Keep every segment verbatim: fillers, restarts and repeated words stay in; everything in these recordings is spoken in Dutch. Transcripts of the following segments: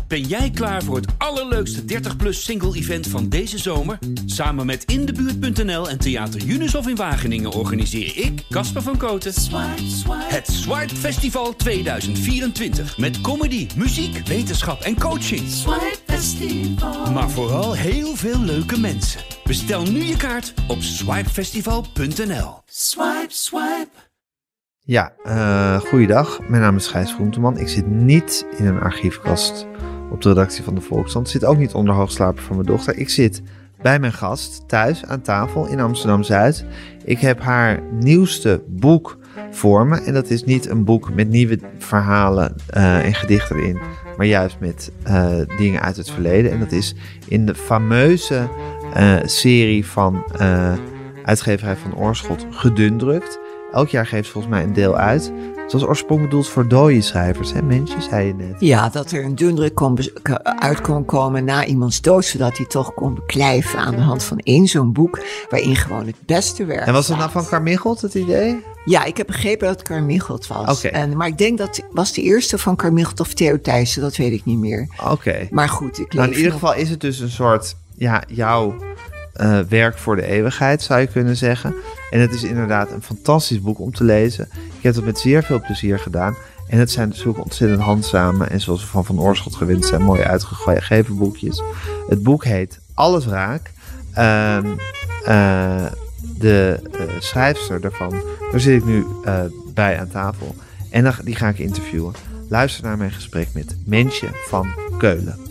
Ben jij klaar voor het allerleukste dertig plus single event van deze zomer? Samen met In de Buurt punt n l en Theater Junushof in Wageningen organiseer ik, Casper van Kooten, Swipe, Swipe. Het Swipe Festival tweeduizend vierentwintig. Met comedy, muziek, wetenschap en coaching. Swipe Festival. Maar vooral heel veel leuke mensen. Bestel nu je kaart op swipe festival punt n l. Swipe, swipe. Ja, uh, goeiedag. Mijn naam is Gijs Groenteman. Ik zit niet in een archiefkast op de redactie van de Volkskrant. Ik zit ook niet onder hoogslaper van mijn dochter. Ik zit bij mijn gast thuis aan tafel in Amsterdam-Zuid. Ik heb haar nieuwste boek voor me. En dat is niet een boek met nieuwe verhalen uh, en gedichten erin, maar juist met uh, dingen uit het verleden. En dat is in de fameuze uh, serie van uh, uitgeverij Van Oorschot Gedundrukt. Elk jaar geeft ze volgens mij een deel uit. Het was oorspronkelijk bedoeld voor dode schrijvers, hè mensen, zei je net. Ja, dat er een dundruk kon be- uit kon komen na iemands dood, zodat hij toch kon beklijven aan de hand van één zo'n boek, waarin gewoon het beste werk En was dat staat. nou van Carmichelt, het idee? Ja, ik heb begrepen dat het Carmichelt was. Okay. En, maar ik denk dat was de eerste van Carmichelt of Theo Thijssen, dat weet ik niet meer. Oké. Okay. Maar goed, ik nou, in ieder nog... geval is het dus een soort, ja, jouw uh, werk voor de eeuwigheid, zou je kunnen zeggen. En het is inderdaad een fantastisch boek om te lezen. Ik heb het met zeer veel plezier gedaan. En het zijn zulke ontzettend handzame en zoals we van Van Oorschot gewend zijn, mooi uitgegeven boekjes. Het boek heet Alles Raak. Uh, uh, de uh, schrijfster daarvan, daar zit ik nu uh, bij aan tafel. En dan, die ga ik interviewen. Luister naar mijn gesprek met Mensje van Keulen.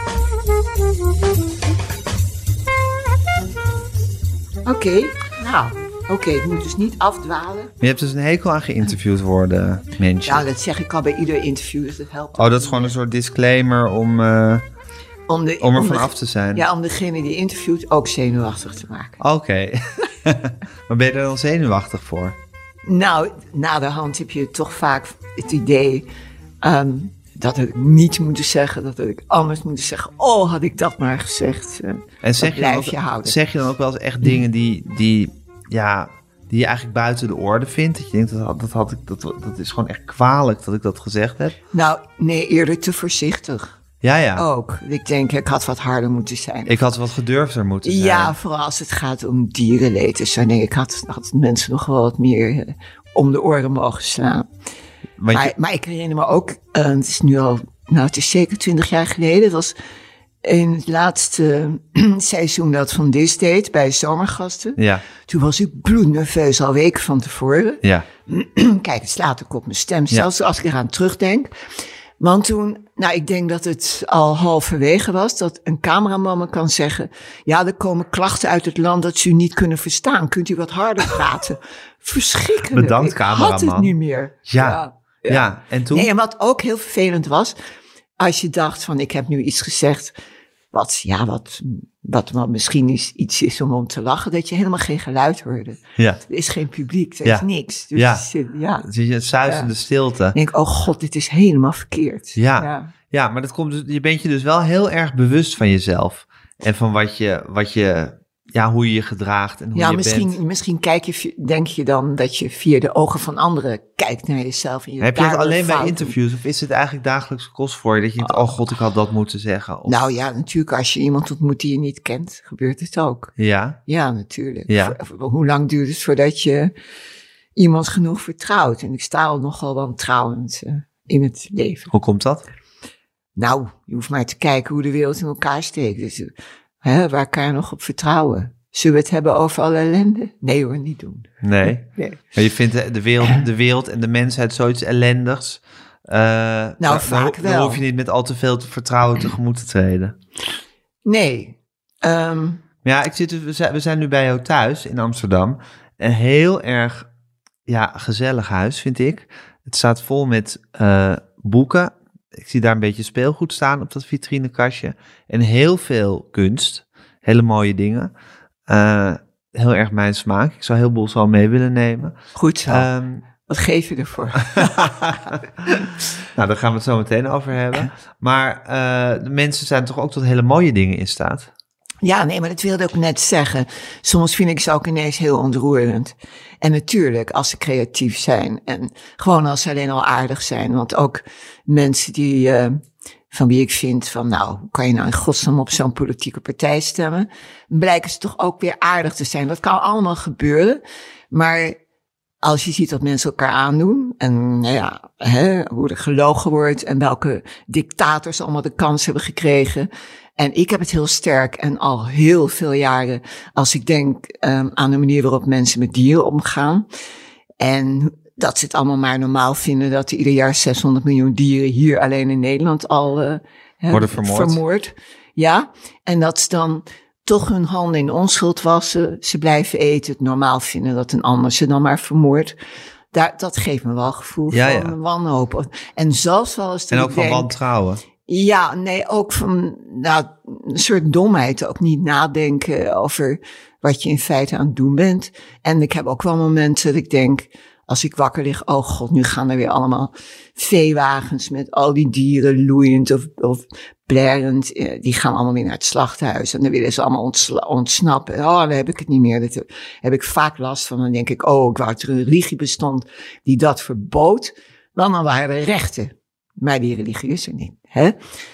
Oké, okay, nou... Oké, okay, ik moet dus niet afdwalen. Je hebt dus een hekel aan geïnterviewd worden, Mensje. Ja, dat zeg ik al bij ieder interview, dus dat helpt. Oh, dat is gewoon een soort disclaimer om, uh, om, de, om er om van de, af te zijn. Ja, om degene die interviewt ook zenuwachtig te maken. Oké. Okay. Maar ben je er dan zenuwachtig voor? Nou, naderhand heb je toch vaak het idee um, dat ik niet moet zeggen, dat ik anders moet zeggen. Oh, had ik dat maar gezegd. Uh, en zeg je, blijf ook, je houden. Zeg je dan ook wel eens echt dingen die... die Ja, die je eigenlijk buiten de orde vindt? Dat je denkt, dat, dat, had ik, dat, dat is gewoon echt kwalijk dat ik dat gezegd heb? Nou, nee, eerder te voorzichtig. Ja, ja. Ook. Ik denk, ik had wat harder moeten zijn. Ik had wat gedurfder moeten zijn. Ja, vooral als het gaat om dierenleed. Dus dan denk ik, had, had mensen nog wel wat meer uh, om de oren mogen slaan. Maar, je... maar ik herinner me ook, uh, het is nu al, nou het is zeker twintig jaar geleden, het was... in het laatste seizoen dat Van Dis deed bij Zomergasten. Ja. Toen was ik bloednerveus al weken van tevoren. Ja. Kijk, het slaat ook op mijn stem, zelfs ja. als ik eraan terugdenk. Want toen, nou ik denk dat het al halverwege was, dat een cameraman me kan zeggen, ja, er komen klachten uit het land dat ze u niet kunnen verstaan. Kunt u wat harder praten? Verschrikkelijk. Bedankt, cameraman. Ik had het niet meer. Ja. Ja. Ja. ja. En toen? Nee, en wat ook heel vervelend was, als je dacht van, ik heb nu iets gezegd, wat, ja, wat, wat, wat misschien is, iets is om om te lachen, dat je helemaal geen geluid hoorde. Ja. Er is geen publiek, er ja. is niks. Dus ja. ja. ja. Het is een suizende ja. stilte. Ik denk, oh god, dit is helemaal verkeerd. Ja, ja. ja maar dat komt dus, je bent je dus wel heel erg bewust van jezelf. En van wat je, wat je ja, hoe je je gedraagt en hoe ja, je misschien, bent. Misschien kijk je, denk je dan dat je via de ogen van anderen kijkt naar jezelf. En je Heb je het alleen bij fout interviews doen. Of is het eigenlijk dagelijkse kost voor je? Dat je denkt, oh god, ik had dat moeten zeggen. Of... Nou ja, natuurlijk, als je iemand ontmoet die je niet kent, gebeurt het ook. Ja? Ja, natuurlijk. Ja. Voor, hoe lang duurt het voordat je iemand genoeg vertrouwt? En ik sta al nogal wantrouwend uh, in het leven. Hoe komt dat? Nou, je hoeft maar te kijken hoe de wereld in elkaar steekt. Dus, uh, hè, waar kan je nog op vertrouwen? Zullen we het hebben over alle ellende? Nee hoor, niet doen. Nee? Nee. Maar je vindt de wereld, de wereld en de mensheid zoiets ellendigs. Uh, nou, daar, vaak daar, wel. Dan hoef je niet met al te veel vertrouwen tegemoet te treden. Nee. Um... Ja, ik zit, we, zijn, we zijn nu bij jou thuis in Amsterdam. Een heel erg ja, gezellig huis, vind ik. Het staat vol met uh, boeken. Ik zie daar een beetje speelgoed staan op dat vitrinekastje. En heel veel kunst. Hele mooie dingen. Uh, heel erg mijn smaak. Ik zou heel boel zo mee willen nemen. Goed zo. Um, Wat geef je ervoor? Nou, daar gaan we het zo meteen over hebben. Maar uh, de mensen zijn toch ook tot hele mooie dingen in staat? Ja, nee, maar dat wilde ik ook net zeggen. Soms vind ik ze ook ineens heel ontroerend. En natuurlijk, als ze creatief zijn. En gewoon als ze alleen al aardig zijn. Want ook mensen die uh, van wie ik vind van, nou, hoe kan je nou in godsnaam op zo'n politieke partij stemmen? Dan blijken ze toch ook weer aardig te zijn. Dat kan allemaal gebeuren. Maar als je ziet wat mensen elkaar aandoen en nou ja, hè, hoe er gelogen wordt en welke dictators allemaal de kans hebben gekregen. En ik heb het heel sterk en al heel veel jaren als ik denk um, aan de manier waarop mensen met dieren omgaan. En dat ze het allemaal maar normaal vinden dat er ieder jaar zeshonderd miljoen dieren hier alleen in Nederland al uh, worden vermoord. vermoord. Ja, en dat ze dan toch hun handen in onschuld wassen. Ze blijven eten, het normaal vinden dat een ander ze dan maar vermoordt. Daar, dat geeft me wel een gevoel ja, van ja. wanhoop. En zelfs wel eens. En ook van denk, wantrouwen. Ja, nee, ook van nou, een soort domheid. Ook niet nadenken over wat je in feite aan het doen bent. En ik heb ook wel momenten dat ik denk, als ik wakker lig, oh god, nu gaan er weer allemaal veewagens met al die dieren loeiend of, of blerend. Die gaan allemaal weer naar het slachthuis en dan willen ze allemaal ontsla- ontsnappen. Oh, dan heb ik het niet meer. Dat heb ik vaak last van. Dan denk ik, oh, ik wou dat er een religie bestond die dat verbood. Dan, dan waren er rechten. Maar die religie is er niet, hè?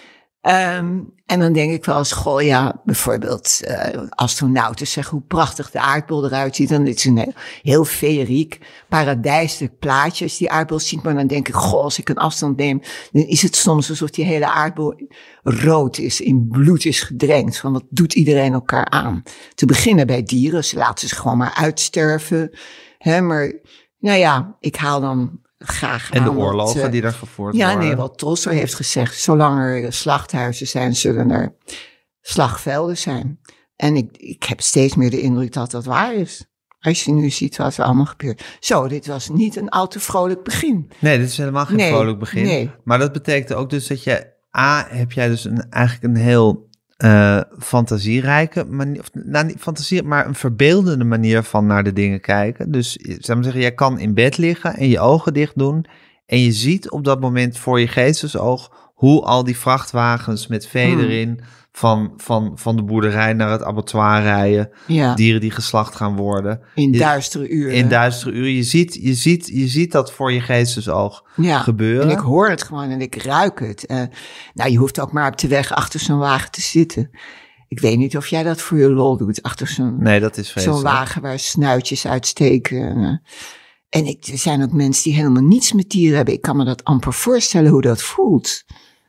Um, en dan denk ik wel eens, goh, ja, bijvoorbeeld uh, astronauten zeggen hoe prachtig de aardbol eruit ziet. Dan is het een heel, heel feeriek, paradijselijk plaatje als die aardbol ziet. Maar dan denk ik, goh, als ik een afstand neem, dan is het soms alsof die hele aardbol rood is, in bloed is gedrenkt. Van wat doet iedereen elkaar aan? Te beginnen bij dieren, ze laten ze gewoon maar uitsterven. Hè, maar nou ja, ik haal dan graag en de aan oorlogen wat, uh, die daar gevoerd ja, worden. Ja, nee, wat Tolstoy heeft gezegd. Zolang er slachthuizen zijn, zullen er slagvelden zijn. En ik, ik heb steeds meer de indruk dat dat waar is. Als je nu ziet wat er allemaal gebeurt. Zo, dit was niet een al te vrolijk begin. Nee, dit is helemaal geen nee, vrolijk begin. Nee. Maar dat betekent ook dus dat je... A, heb jij dus een, eigenlijk een heel uh, fantasierijke manier... Of, nou, niet fantasie, maar een verbeeldende manier van naar de dingen kijken. Dus, zou maar zeggen, jij kan in bed liggen en je ogen dicht doen. En je ziet op dat moment voor je geestesoog hoe al die vrachtwagens met vee hmm. erin... Van, van, van de boerderij naar het abattoir rijden. Ja. Dieren die geslacht gaan worden. In je, duistere uren. In duistere uren. Je ziet, je ziet, je ziet dat voor je geestesoog ja. gebeuren. En ik hoor het gewoon en ik ruik het. Uh, nou, je hoeft ook maar op de weg achter zo'n wagen te zitten. Ik weet niet of jij dat voor je lol doet. Achter zo'n, nee, dat is zo'n wagen waar snuitjes uitsteken. Uh, en ik, er zijn ook mensen die helemaal niets met dieren hebben. Ik kan me dat amper voorstellen hoe dat voelt.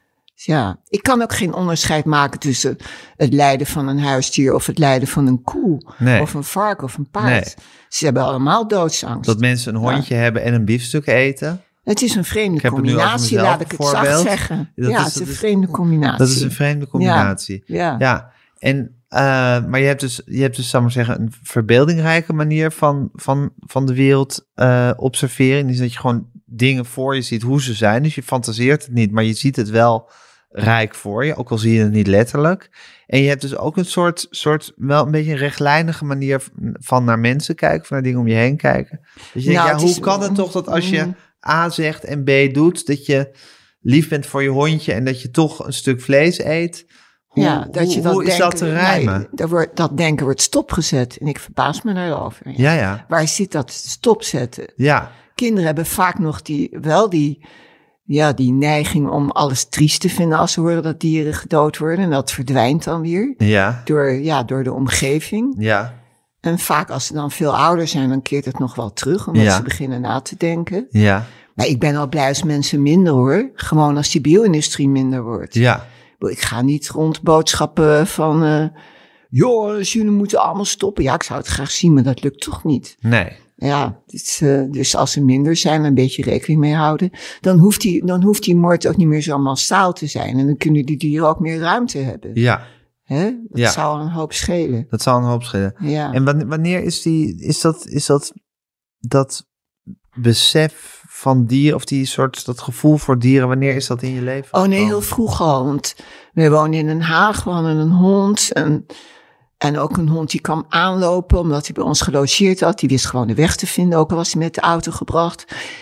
Ja, ik kan ook geen onderscheid maken tussen het lijden van een huisdier of het lijden van een koe nee. of een vark of een paard. Nee. Ze hebben allemaal doodsangst. Dat mensen een hondje ja. hebben en een biefstuk eten. Het is een vreemde combinatie, laat ik het zacht zeggen. Dat ja, is, het is een vreemde combinatie. Dat is een vreemde combinatie. Ja. ja. ja. En, uh, maar je hebt dus, je hebt dus, zal maar zeggen, een verbeeldingrijke manier van, van, van de wereld uh, observeren. Dus dat je gewoon dingen voor je ziet hoe ze zijn. Dus je fantaseert het niet, maar je ziet het wel rijk voor je, ook al zie je het niet letterlijk. En je hebt dus ook een soort, soort wel een beetje een rechtlijnige manier van naar mensen kijken, van naar dingen om je heen kijken. Dus je nou, denkt, ja, hoe is, kan het toch dat als je A zegt en B doet, dat je lief bent voor je hondje en dat je toch een stuk vlees eet? Hoe, ja, dat je hoe, hoe dat is denken, dat te rijmen? Nee, dat, wordt, dat denken wordt stopgezet en ik verbaas me daarover. Ja. Ja, ja. Waar zit dat stopzetten? Ja. Kinderen hebben vaak nog die, wel die... Ja, die neiging om alles triest te vinden als ze horen dat dieren gedood worden. En dat verdwijnt dan weer. Ja. Door, ja, door de omgeving. Ja. En vaak als ze dan veel ouder zijn, dan keert het nog wel terug. Omdat ja. ze beginnen na te denken. Ja. Maar ik ben al blij als mensen minder hoor. Gewoon als die bio-industrie minder wordt. Ja. Ik ga niet rond boodschappen van... Uh, joh, jullie moeten allemaal stoppen. Ja, ik zou het graag zien, maar dat lukt toch niet. Nee. Ja, dus, uh, dus als ze minder zijn, een beetje rekening mee houden, dan hoeft die, dan hoeft die moord ook niet meer zo massaal te zijn. En dan kunnen die dieren ook meer ruimte hebben. Ja. Hè? Dat ja. zou een hoop schelen. Dat zou een hoop schelen. Ja. En wanneer is die, is dat, is dat, dat besef van dieren, of die soort, dat gevoel voor dieren, wanneer is dat in je leven? Oh nee, heel vroeg al, want we woonden in Den Haag, we hadden een hond en... En ook een hond die kwam aanlopen, omdat hij bij ons gelogeerd had. Die wist gewoon de weg te vinden, ook al was hij met de auto gebracht.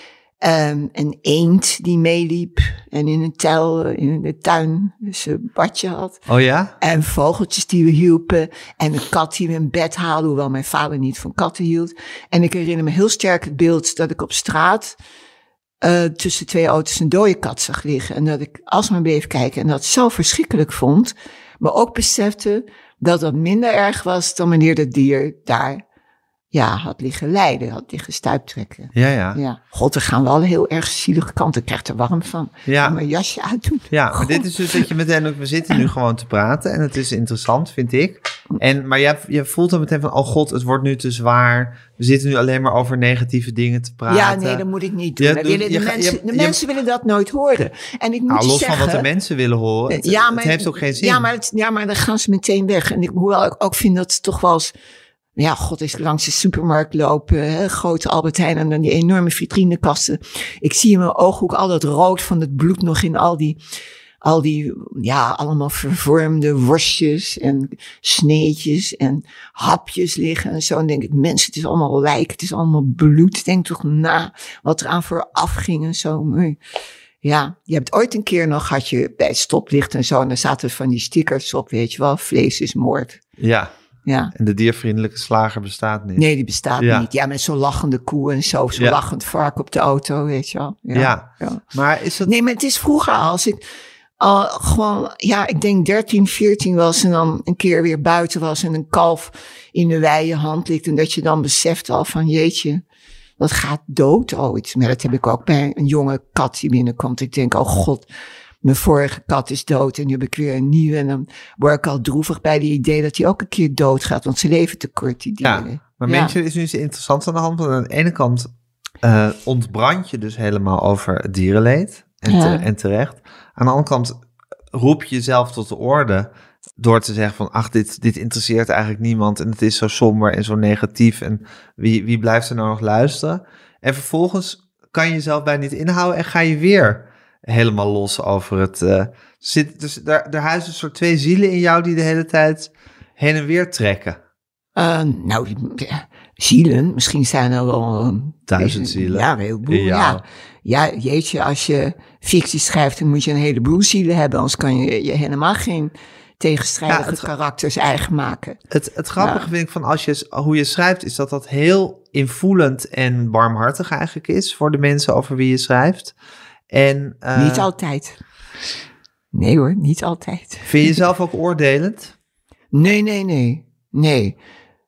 Um, een eend die meeliep en in een tuil in de tuin zijn badje had. Oh ja? En vogeltjes die we hielpen. En een kat die we in bed haalden, hoewel mijn vader niet van katten hield. En ik herinner me heel sterk het beeld dat ik op straat uh, tussen twee auto's een dode kat zag liggen. En dat ik alsmaar bleef kijken en dat zo verschrikkelijk vond. Maar ook besefte dat dat minder erg was dan wanneer het dier daar ja, had liggen lijden, had liggen stuiptrekken. Ja, ja. ja. God, er gaan wel heel erg zielige kanten. Ik krijg er warm van. Ja. Mijn jasje uitdoen. Ja, God. Maar dit is dus dat je meteen ook... We zitten nu gewoon te praten en het is interessant, vind ik. En, maar jij, jij voelt dan meteen van... Oh God, het wordt nu te zwaar. We zitten nu alleen maar over negatieve dingen te praten. Ja, nee, dat moet ik niet doen. Ja, doe, willen, de je, mensen, je, de je, mensen je, willen dat nooit horen. En ik moet nou, los zeggen, van wat de mensen willen horen. Het, ja, maar, het heeft ook geen zin. Ja maar, het, ja, maar dan gaan ze meteen weg. En ik, hoewel ik ook vind dat ze toch wel eens... Ja, god, is langs de supermarkt lopen, hè, grote Albert Heijn en dan die enorme vitrinekasten. Ik zie in mijn ooghoek al dat rood van het bloed nog in al die, al die, ja, allemaal vervormde worstjes en sneetjes en hapjes liggen en zo. En denk ik, mensen, het is allemaal lijk, het is allemaal bloed. Denk toch na wat er aan vooraf ging en zo. Maar ja, je hebt ooit een keer nog, had je bij het stoplicht en zo, en daar zaten van die stickers op, weet je wel, vlees is moord. Ja. Ja. En de diervriendelijke slager bestaat niet. Nee, die bestaat ja. niet. Ja, met zo'n lachende koe en zo. Zo'n ja. lachend vark op de auto, weet je wel. Ja, ja. ja. Maar is dat... Nee, maar het is vroeger als ik al gewoon... Ja, ik denk dertien, veertien was en dan een keer weer buiten was... en een kalf in de wijde hand ligt. En dat je dan beseft al van jeetje, dat gaat dood ooit. Maar dat heb ik ook bij een jonge kat die binnenkomt. Ik denk, oh god... Mijn vorige kat is dood en nu heb ik weer een nieuwe. En dan word ik al droevig bij die idee dat die ook een keer doodgaat. Want ze leven te kort, die dieren. Ja, maar ja. mensen is nu iets interessants aan de hand. Want aan de ene kant uh, ontbrand je dus helemaal over het dierenleed. En, ja. te, en terecht. Aan de andere kant roep je jezelf tot de orde. Door te zeggen van, ach, dit, dit interesseert eigenlijk niemand. En het is zo somber en zo negatief. En wie, wie blijft er nou nog luisteren? En vervolgens kan je jezelf bij niet inhouden en ga je weer... helemaal los over het... Uh, zit, dus daar, daar huizen een soort twee zielen in jou die de hele tijd heen en weer trekken. Uh, nou, ja, zielen, misschien zijn er wel... Um, Duizend zielen. Ja, een heleboel, ja. Ja, jeetje, als je fictie schrijft, dan moet je een heleboel zielen hebben. Anders kan je, je helemaal geen tegenstrijdige ja, het, karakters eigen maken. Het, het grappige ja. vind ik van als je, hoe je schrijft, is dat dat heel invoelend en warmhartig eigenlijk is voor de mensen over wie je schrijft. En, uh, niet altijd. Nee hoor, niet altijd. Vind je jezelf ook oordelend? Nee, nee, nee. Nee.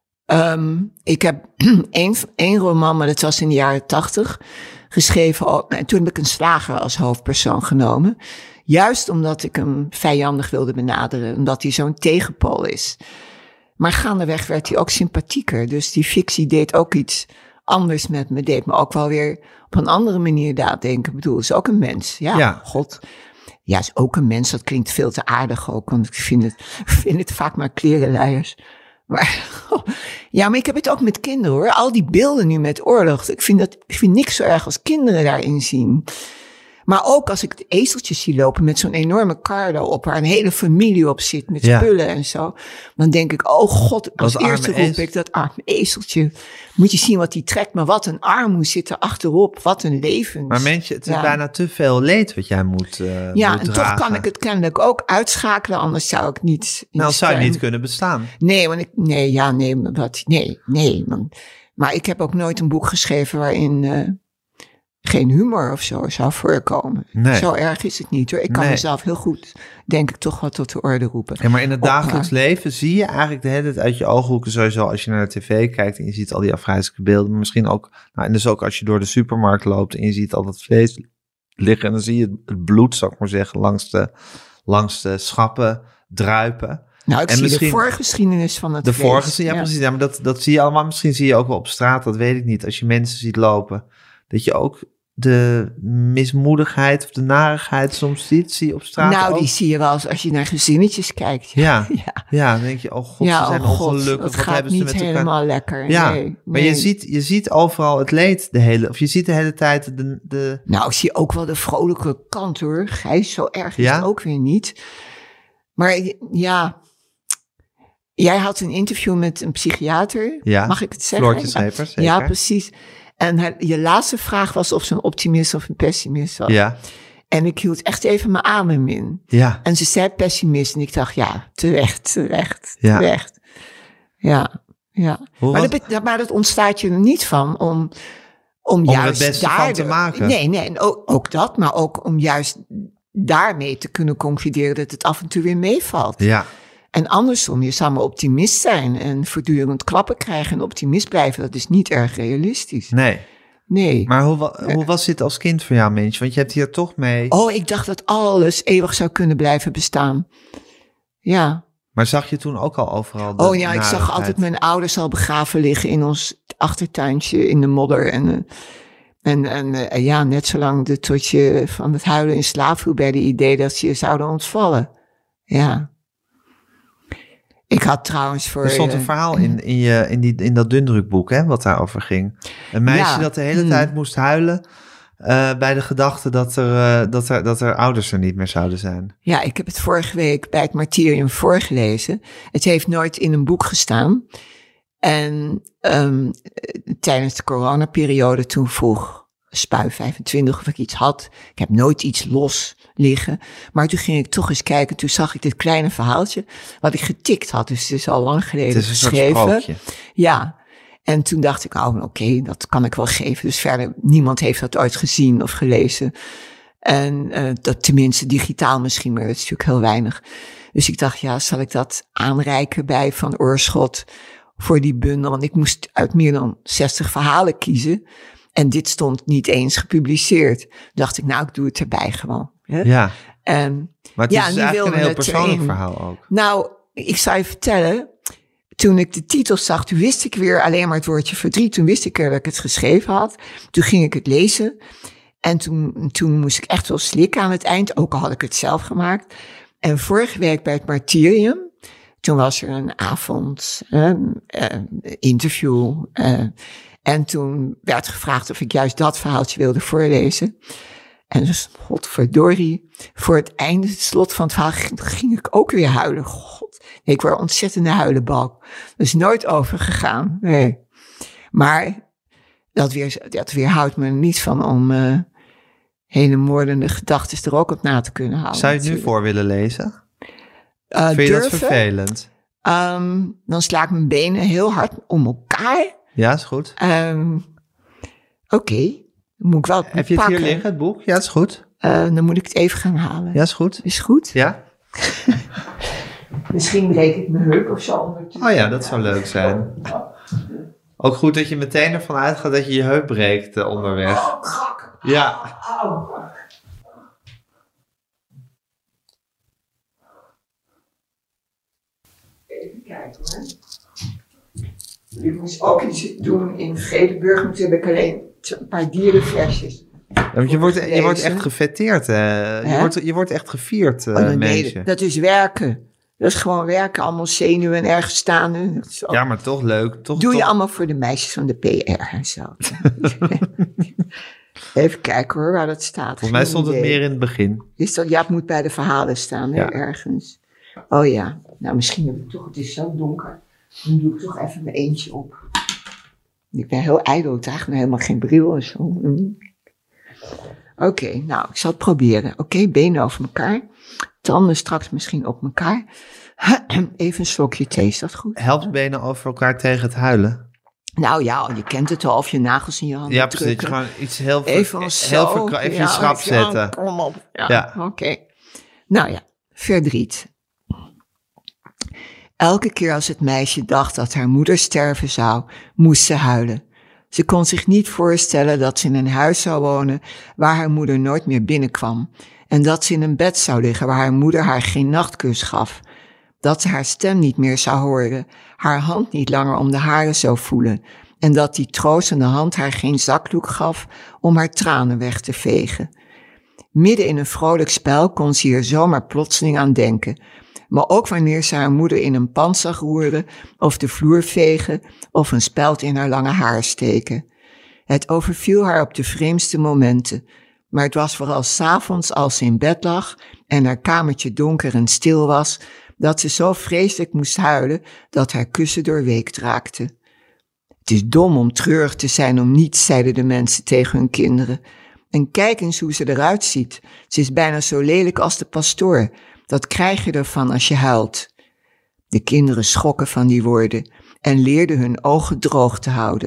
Um, ik heb één, één roman, maar dat was in de jaren tachtig, geschreven. En toen heb ik een slager als hoofdpersoon genomen. Juist omdat ik hem vijandig wilde benaderen. Omdat hij zo'n tegenpool is. Maar gaandeweg werd hij ook sympathieker. Dus die fictie deed ook iets anders met me. Deed me ook wel weer op een andere manier nadenken. Ik bedoel, is ook een mens. Ja, ja. God. Ja, is ook een mens. Dat klinkt veel te aardig ook. Want ik vind het, vind het vaak maar klerenleiers. Maar, ja, maar ik heb het ook met kinderen hoor. Al die beelden nu met oorlog. Ik vind, dat, ik vind niks zo erg als kinderen daarin zien. Maar ook als ik de ezeltjes zie lopen met zo'n enorme kar daarop, waar een hele familie op zit met ja. spullen en zo. Dan denk ik, oh god, als dat eerste roep ik dat arme ezeltje. Moet je zien wat die trekt, maar wat een armoe zit er achterop. Wat een leven. Maar mens, het is ja. bijna te veel leed wat jij moet uh, Ja, moet en dragen. toch kan ik het kennelijk ook uitschakelen, anders zou ik niet... Nou, zou je niet kunnen bestaan. Nee, want ik, nee, ja, nee, wat, nee, nee. Man. Maar ik heb ook nooit een boek geschreven waarin... Uh, geen humor of zo zou voorkomen. Nee. Zo erg is het niet hoor. Ik kan nee. mezelf heel goed, denk ik, toch wat tot de orde roepen. Ja, maar in het dagelijks maar... leven zie je eigenlijk de hele tijd uit je ooghoeken sowieso als je naar de tv kijkt en je ziet al die afgrijzelijke beelden, maar misschien ook, nou, en dus ook als je door de supermarkt loopt en je ziet al dat vlees liggen en dan zie je het bloed, zou ik maar zeggen, langs de, langs de schappen druipen. Nou, ik en zie de voorgeschiedenis van het De vlees. vorige, ja, ja precies. Ja, maar dat, dat zie je allemaal. Misschien zie je ook wel op straat, dat weet ik niet. Als je mensen ziet lopen, dat je ook de mismoedigheid of de narigheid soms ziet, zie je op straat Nou, ook. die zie je wel eens als je naar gezinnetjes kijkt. Ja, ja. ja dan denk je, oh god, ja, ze zijn oh ongelukkig. God, wat gaat hebben ze niet met elkaar? helemaal lekker. Ja, nee, maar nee. je ziet, je ziet overal het leed de hele, of je ziet de hele tijd de... de... Nou, ik zie ook wel de vrolijke kant hoor. Gijs, zo erg is ja? het ook weer niet. Maar ja, jij had een interview met een psychiater. Ja, mag ik het zeggen? Floortje Schepers, zeker. Ja, precies. En hij, je laatste vraag was of ze een optimist of een pessimist was. Ja. En ik hield echt even mijn adem in. Ja. En ze zei pessimist. En ik dacht, ja, terecht, terecht, ja. terecht. Ja, ja. Maar dat, maar dat ontstaat je er niet van om, om, om juist er het beste daardoor, van te maken. Nee, nee, en ook, ook dat, maar ook om juist daarmee te kunnen concluderen dat het af en toe weer meevalt. Ja. En andersom, je zou maar optimist zijn en voortdurend klappen krijgen en optimist blijven. Dat is niet erg realistisch. Nee. Nee. Maar hoe, hoe was dit als kind voor jou, mens? Want je hebt hier toch mee... Oh, ik dacht dat alles eeuwig zou kunnen blijven bestaan. Ja. Maar zag je toen ook al overal de Oh ja, ik narigheid? zag altijd mijn ouders al begraven liggen in ons achtertuintje in de modder. En, uh, en, en uh, ja, net zolang de, tot je van het huilen in slaap viel bij de idee dat ze je zouden ontvallen. Ja. Ik had trouwens voor... Er stond een verhaal in, in, je, in, die, in dat dundrukboek, hè, wat daarover ging. Een meisje Ja. dat de hele Hmm. tijd moest huilen uh, bij de gedachte dat er, uh, dat, er, dat er ouders er niet meer zouden zijn. Ja, ik heb het vorige week bij het Martyrium voorgelezen. Het heeft nooit in een boek gestaan. En um, tijdens de coronaperiode toen vroeg Spui vijfentwintig of ik iets had. Ik heb nooit iets los liggen. Maar toen ging ik toch eens kijken. Toen zag ik dit kleine verhaaltje wat ik getikt had. Dus het is al lang geleden Het is een geschreven. soort sprookje. Ja. En toen dacht ik, oh, oké, okay, dat kan ik wel geven. Dus verder, niemand heeft dat ooit gezien of gelezen. En uh, dat tenminste digitaal misschien, maar dat is natuurlijk heel weinig. Dus ik dacht, ja, zal ik dat aanreiken bij Van Oorschot voor die bundel? Want ik moest uit meer dan zestig verhalen kiezen. En dit stond niet eens gepubliceerd. Toen dacht ik, nou, ik doe het erbij gewoon. Hè? Ja, En, maar het ja, is nu eigenlijk wilde een heel het persoonlijk erin. verhaal ook. Nou, ik zou je vertellen, toen ik de titel zag, toen wist ik weer alleen maar het woordje verdriet. Toen wist ik er dat ik het geschreven had. Toen ging ik het lezen. En toen, toen moest ik echt wel slikken aan het eind, ook al had ik het zelf gemaakt. En vorige week bij het Martyrium, toen was er een avond, een uh, interview. Uh, en toen werd gevraagd of ik juist dat verhaaltje wilde voorlezen. En dus, godverdorie, voor het einde, het slot van het verhaal, ging, ging ik ook weer huilen. God, nee, ik word een ontzettende huilenbalk. Dat is nooit overgegaan, nee. Maar dat, weer, dat weerhoudt me er niet van om uh, hele moordende gedachten er ook op na te kunnen houden. Zou je het nu voor willen lezen? Uh, Vind je durven, dat vervelend? Um, dan sla ik mijn benen heel hard om elkaar. Ja, is goed. Um, Oké, okay. Dan moet ik wel het Heb je het pakken. hier liggen, het boek? Ja, is goed. Uh, dan moet ik het even gaan halen. Ja, is goed. Is goed? Ja? Misschien breek ik mijn heup of zo. Oh ja, dat zou leuk zijn. Ook goed dat je meteen ervan uitgaat dat je je heup breekt uh, onderweg. Oh, krak. Ja. Au. Even kijken hoor. Ik moest ook iets doen in Vredenburg, maar toen heb ik alleen een paar dierenversjes. Ja, want je wordt, je wordt echt gefêteerd. Hè? Je, wordt, je wordt echt gevierd, uh, oh, nee, mensje. Dat is werken. Dat is gewoon werken, allemaal zenuwen en ergens staan. En zo. Ja, maar toch leuk. Toch, Doe toch... je allemaal voor de meisjes van de P R en zo. Even kijken hoor, waar dat staat. Volgens mij stond het meer in het begin. Is dat, ja, het moet bij de verhalen staan, hè, Ja. ergens. Oh ja, nou misschien heb ik toch, het is zo donker. Dan doe ik toch even mijn eentje op. Ik ben heel ijdel, ik draag nou helemaal geen bril en zo. Mm. Oké, okay, nou, ik zal het proberen. Oké, okay, benen over elkaar. Tanden straks misschien op elkaar. Even een slokje thee, is dat goed? Helpt benen over elkaar tegen het huilen? Nou ja, je kent het al, of je nagels in je handen Ja, precies. drukken. Gewoon iets heel, ver, Even, heel zo, verkra- even ja, je schrap ja, zetten. Kom op. Ja, Ja. oké. Okay. Nou ja, verdriet. Elke keer als het meisje dacht dat haar moeder sterven zou, moest ze huilen. Ze kon zich niet voorstellen dat ze in een huis zou wonen waar haar moeder nooit meer binnenkwam. En dat ze in een bed zou liggen waar haar moeder haar geen nachtkus gaf. Dat ze haar stem niet meer zou horen, haar hand niet langer om de hare zou voelen. En dat die troostende hand haar geen zakdoek gaf om haar tranen weg te vegen. Midden in een vrolijk spel kon ze hier zomaar plotseling aan denken. Maar ook wanneer ze haar moeder in een pan zag roeren, of de vloer vegen, of een speld in haar lange haar steken. Het overviel haar op de vreemdste momenten, maar het was vooral 's avonds als ze in bed lag en haar kamertje donker en stil was, dat ze zo vreselijk moest huilen dat haar kussen doorweekt raakten. Het is dom om treurig te zijn om niets, zeiden de mensen tegen hun kinderen. En kijk eens hoe ze eruit ziet. Ze is bijna zo lelijk als de pastoor. Dat krijg je ervan als je huilt. De kinderen schrokken van die woorden en leerden hun ogen droog te houden.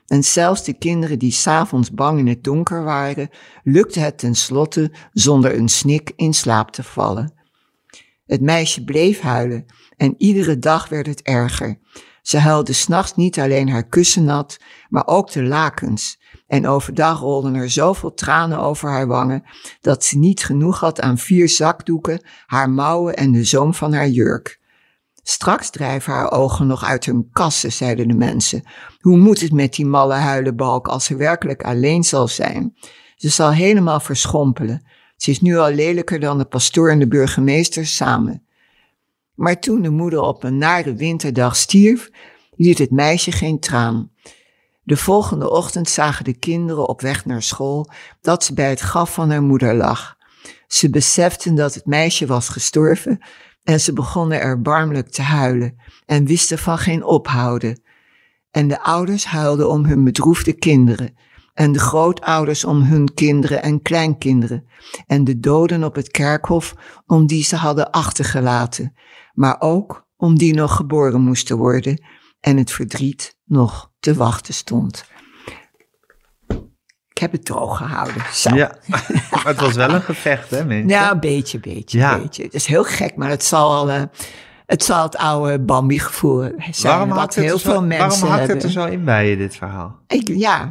En zelfs de kinderen die 's avonds bang in het donker waren, lukte het tenslotte zonder een snik in slaap te vallen. Het meisje bleef huilen en iedere dag werd het erger. Ze huilde 's nachts niet alleen haar kussen nat, maar ook de lakens. En overdag rolden er zoveel tranen over haar wangen, dat ze niet genoeg had aan vier zakdoeken, haar mouwen en de zoom van haar jurk. Straks drijven haar ogen nog uit hun kassen, zeiden de mensen. Hoe moet het met die malle huilenbalk als ze werkelijk alleen zal zijn? Ze zal helemaal verschrompelen. Ze is nu al lelijker dan de pastoor en de burgemeester samen. Maar toen de moeder op een nare winterdag stierf, liet het meisje geen traan. De volgende ochtend zagen de kinderen op weg naar school dat ze bij het graf van haar moeder lag. Ze beseften dat het meisje was gestorven en ze begonnen erbarmelijk te huilen en wisten van geen ophouden. En de ouders huilden om hun bedroefde kinderen en de grootouders om hun kinderen en kleinkinderen en de doden op het kerkhof om die ze hadden achtergelaten, maar ook om die nog geboren moesten worden en het verdriet nog te wachten stond. Ik heb het droog gehouden. Zo. Ja, maar het was wel een gevecht, hè, mensen? Ja, een beetje, beetje, ja. beetje. Het is heel gek, maar het zal al, uh, het, zal het oude Bambi-gevoel zijn. Waarom wat hakt het, heel er, veel zo, mensen waarom hakt hebben. het er zo in bij je, dit verhaal? Ik, ja,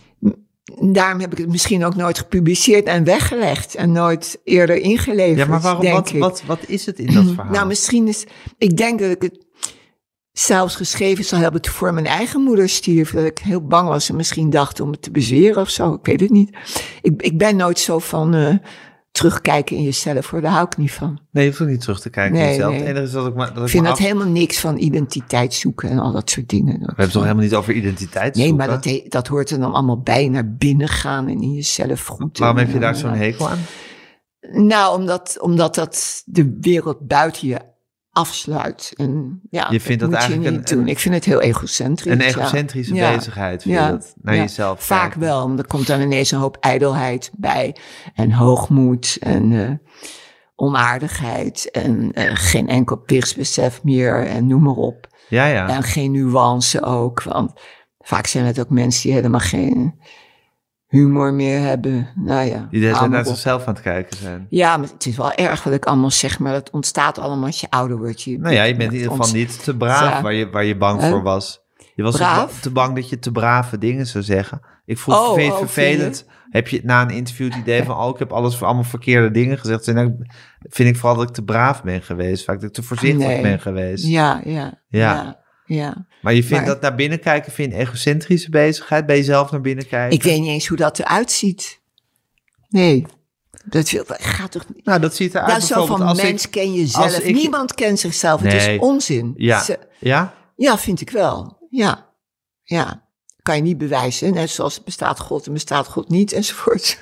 daarom heb ik het misschien ook nooit gepubliceerd en weggelegd. En nooit eerder ingeleverd, Ja, maar waarom, denk wat, ik. wat, wat is het in dat verhaal? Nou, misschien is... Ik denk dat ik het zelfs geschreven zal hebben voor mijn eigen moeder stierf. Dat ik heel bang was en misschien dacht om het te bezweren of zo. Ik weet het niet. Ik, ik ben nooit zo van uh, terugkijken in jezelf, hoor. Daar hou ik niet van. Nee, je hoeft ook niet terug te kijken nee, in jezelf. Nee. Het enige is dat ik, maar, dat ik ik vind me dat af... helemaal niks van identiteit zoeken en al dat soort dingen. We hebben het toch helemaal niet over identiteit Nee, zoeken? maar dat, he, dat hoort er dan allemaal bij, naar binnen gaan en in jezelf goed. Waarom en, heb je daar en, zo'n hekel aan? Nou, omdat, omdat dat de wereld buiten je afsluit. En ja, je vindt dat, dat moet eigenlijk je niet een, doen. Ik vind het heel egocentrisch. Een egocentrische ja. bezigheid, vind ja. je dat? Naar ja. jezelf Vaak kijken. wel, want er komt dan ineens een hoop ijdelheid bij. En hoogmoed en uh, onaardigheid. En uh, geen enkel plichtsbesef meer en noem maar op. Ja, ja. En geen nuance ook, want vaak zijn het ook mensen die helemaal geen humor meer hebben. Nou ja. Die de hele tijd naar zichzelf aan het kijken zijn. Ja, maar het is wel erg wat ik allemaal zeg, maar dat ontstaat allemaal als je ouder wordt. Je, nou ja, je bent in ieder geval niet te braaf ja. waar, je, waar je bang uh, voor was. Je was braaf? te bang dat je te brave dingen zou zeggen. Ik voel oh, het oh, vervelend. Heb je na een interview het idee van, oh, ik heb alles voor allemaal verkeerde dingen gezegd. En dan vind ik vooral dat ik te braaf ben geweest. Vaak dat ik te voorzichtig nee. ben geweest. Ja, ja, ja. ja. Ja, maar je vindt maar, dat naar binnen kijken, vind je een egocentrische bezigheid? Bij jezelf naar binnen kijken? Ik weet niet eens hoe dat eruit ziet. Nee, dat gaat toch niet. Nou, dat ziet eruit dat bijvoorbeeld zo van als mens ik, ken jezelf. Ik, Niemand kent zichzelf. Nee. Het is onzin. Ja. Ze, ja? Ja, vind ik wel. Ja, ja. Kan je niet bewijzen. Net zoals bestaat God en bestaat God niet enzovoort.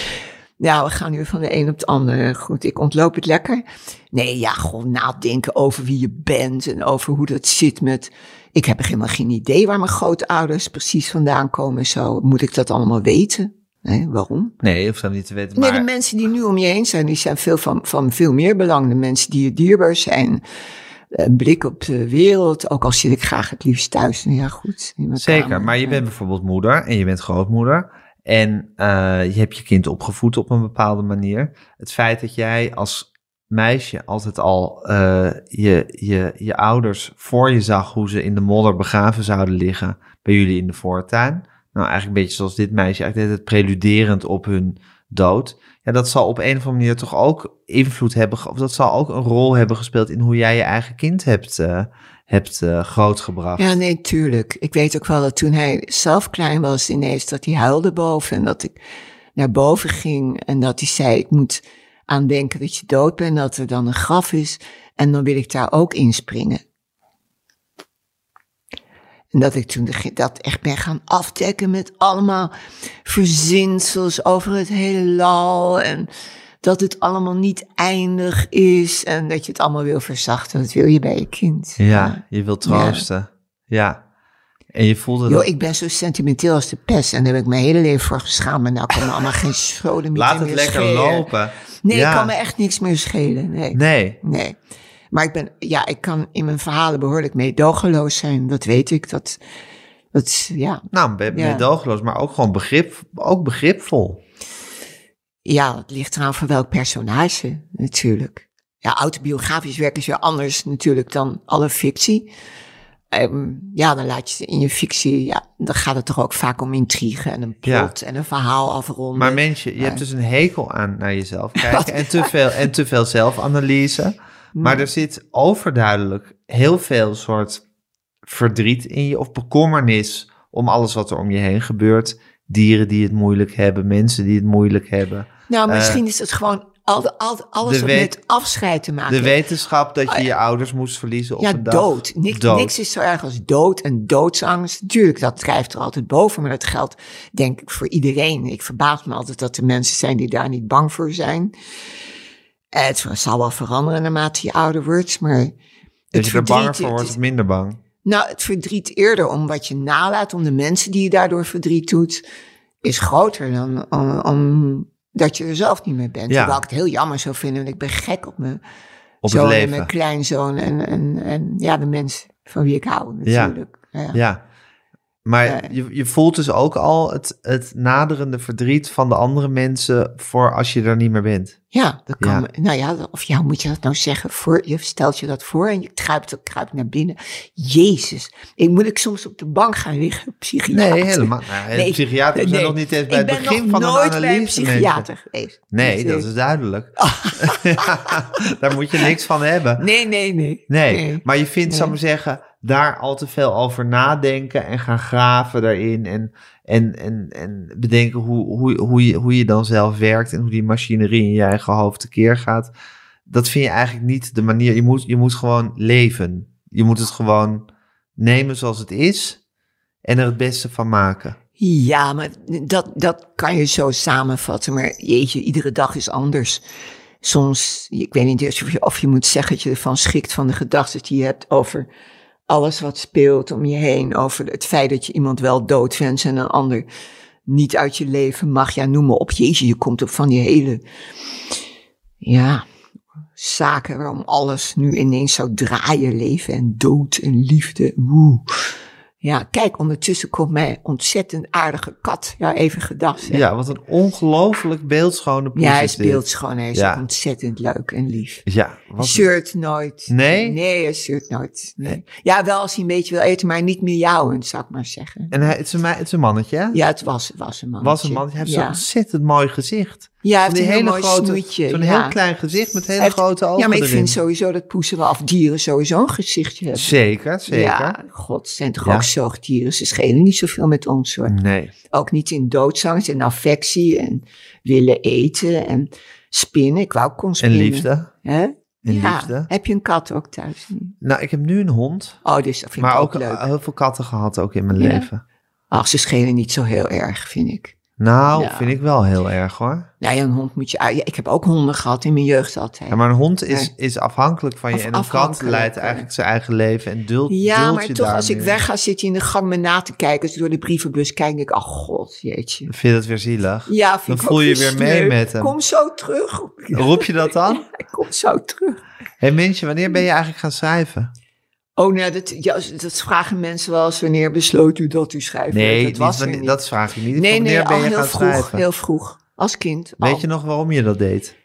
Ja, we gaan nu van de een op de ander. Goed, ik ontloop het lekker. Nee, ja, gewoon nadenken over wie je bent en over hoe dat zit met... Ik heb helemaal geen idee waar mijn grootouders precies vandaan komen en zo. Moet ik dat allemaal weten? Nee, waarom? Nee, je hoeft dat niet te weten. Maar... Nee, de mensen die nu om je heen zijn, die zijn veel van, van veel meer belang. De mensen die je dierbaar zijn. Een blik op de wereld, ook al zit ik graag het liefst thuis. Ja, goed. Zeker, kamer. maar je bent bijvoorbeeld moeder en je bent grootmoeder. En uh, je hebt je kind opgevoed op een bepaalde manier. Het feit dat jij als meisje altijd al uh, je, je, je ouders voor je zag hoe ze in de modder begraven zouden liggen bij jullie in de voortuin. Nou, eigenlijk een beetje zoals dit meisje, eigenlijk het preluderend op hun dood. Ja, dat zal op een of andere manier toch ook invloed hebben, of dat zal ook een rol hebben gespeeld in hoe jij je eigen kind hebt, uh, hebt uh, grootgebracht. Ja, nee, tuurlijk. Ik weet ook wel dat toen hij zelf klein was ineens, dat hij huilde boven en dat ik naar boven ging en dat hij zei, ik moet aan denken dat je dood bent, dat er dan een graf is en dan wil ik daar ook inspringen. En dat ik toen de, dat echt ben gaan afdekken met allemaal verzinsels over het heelal. En dat het allemaal niet eindig is. En dat je het allemaal wil verzachten. Dat wil je bij je kind. Ja, ja. Je wilt troosten. Ja. ja. En je voelde Jo, dat... ik ben zo sentimenteel als de pest. En daar heb ik mijn hele leven voor geschaamd. Maar nou kan me allemaal geen scholen meer Laat het meer lekker schelen. lopen. Nee, ja. ik kan me echt niks meer schelen. Nee. Nee. Nee. Maar ik ben, ja, ik kan in mijn verhalen behoorlijk meedogenloos zijn. Dat weet ik. Dat, Dat is, ja. Nou, meedogenloos, ja. maar ook gewoon begrip, ook begripvol. Ja, het ligt eraan voor welk personage natuurlijk. Ja, autobiografisch werk is weer anders natuurlijk dan alle fictie. Um, ja, dan laat je in je fictie, ja, dan gaat het toch ook vaak om intrigue en een plot ja. en een verhaal afronden. Maar mensen, je maar... hebt dus een hekel aan naar jezelf kijken en te veel en te veel zelfanalyse. Maar er zit overduidelijk heel veel soort verdriet in je of bekommernis om alles wat er om je heen gebeurt. Dieren die het moeilijk hebben, mensen die het moeilijk hebben. Nou, misschien uh, is het gewoon al, al, alles wat met afscheid te maken De wetenschap dat je je ouders moest verliezen op ja, een dag. Dood. Niks, dood. Niks is zo erg als dood en doodsangst. Natuurlijk, dat drijft er altijd boven, maar dat geldt denk ik voor iedereen. Ik verbaas me altijd dat er mensen zijn die daar niet bang voor zijn. Het zal wel veranderen naarmate je ouder wordt, maar... Als je er banger voor wordt, of minder bang? Nou, het verdriet eerder om wat je nalaat, om de mensen die je daardoor verdriet doet, is groter dan om, om dat je er zelf niet meer bent. Ja. Hoewel ik het heel jammer zou vinden, want ik ben gek op mijn op zoon het leven. en mijn kleinzoon en, en, en ja, de mensen van wie ik hou natuurlijk. Ja, ja. ja. Maar ja. je, je voelt dus ook al het, het naderende verdriet van de andere mensen voor als je er niet meer bent. Ja, dat kan. Ja. Nou ja, of ja, hoe moet je dat nou zeggen? Voor, je stelt je dat voor en je kruipt, kruipt naar binnen. Jezus, ik moet ik soms op de bank gaan liggen, psychiater. Nee, helemaal. Nou, nee, psychiater nee, zijn nog niet eens bij het begin van een analyse. Ik ben nooit bij een psychiater geweest. Nee, dat, dat is duidelijk. ja, daar moet je niks van hebben. Nee, nee, nee. Nee, nee. Maar je vindt, nee. zou ik maar zeggen, daar al te veel over nadenken en gaan graven daarin en, en, en, en bedenken hoe, hoe, hoe, je, hoe je dan zelf werkt en hoe die machinerie in je eigen hoofd tekeer gaat. Dat vind je eigenlijk niet de manier. Je moet, je moet gewoon leven. Je moet het gewoon nemen zoals het is en er het beste van maken. Ja, maar dat, dat kan je zo samenvatten. Maar jeetje, iedere dag is anders. Soms, ik weet niet of je, of je moet zeggen dat je ervan schikt van de gedachten die je hebt over alles wat speelt om je heen, over het feit dat je iemand wel doodwenst en een ander niet uit je leven mag. Ja, noem maar op. Jezus, je komt op van die hele, ja, zaken waarom alles nu ineens zou draaien, leven en dood en liefde. Woe. Ja, kijk, ondertussen komt mij ontzettend aardige kat. Ja, even gedacht. Hè. Ja, wat een ongelooflijk beeldschone poes. Ja, hij is beeldschoon. Hij is ja. ontzettend leuk en lief. Ja. Hij zeurt nooit. Nee? Nee, hij zeurt nooit. Nee. Ja, wel als hij een beetje wil eten, maar niet miauwend, zou ik maar zeggen. En hij, het, is een, het is een mannetje, hè? Ja, het was, was een mannetje. Was een mannetje. Hij heeft ja. zo'n ontzettend mooi gezicht. Ja, hij heeft een heel hele mooi grote, snoetje. Zo'n ja. heel klein gezicht met hele heeft, grote ogen Ja, maar ik erin. vind sowieso dat poezen wel, of dieren sowieso een gezichtje hebben. Zeker, zeker. Ja, god, ze zijn toch ja. ook zoogdieren. Ze schelen niet zoveel met ons, hoor. Nee. Ook niet in doodsangst en affectie en willen eten en spinnen. Ik wou kon spinnen. En liefde. Hè? En ja. liefde. Heb je een kat ook thuis? Nou, ik heb nu een hond. Oh, dus dat vind maar ik ook, ook leuk. heel veel katten gehad ook in mijn ja? leven. Ach, ze schelen niet zo heel erg, vind ik. Nou, ja. vind ik wel heel erg, hoor. Nou ja, een hond moet je... Ja, ik heb ook honden gehad in mijn jeugd altijd. Ja, maar een hond is, is afhankelijk van je. Of en een kat leidt eigenlijk zijn eigen leven en dult, ja, dult maar je toch, als daarmee. ik weg ga, zit hij in de gang me na te kijken. Als ik door de brievenbus kijk, denk ik, oh god, jeetje. Vind je dat weer zielig? Ja, vind dan ik voel je weer mee sneu. met hem. Kom zo terug. Roep je dat dan? Ja, ik kom zo terug. Hé hey, Mintje, wanneer ben je eigenlijk gaan schrijven? Oh, nou, dat, ja, dat vragen mensen wel eens. Wanneer besloot u dat u schrijft? Nee, dat, was wanneer, niet. dat vraag je niet. Nee, wanneer nee, ben al je heel gaan vroeg, schrijven? heel vroeg. Als kind. Weet al. je nog waarom je dat deed?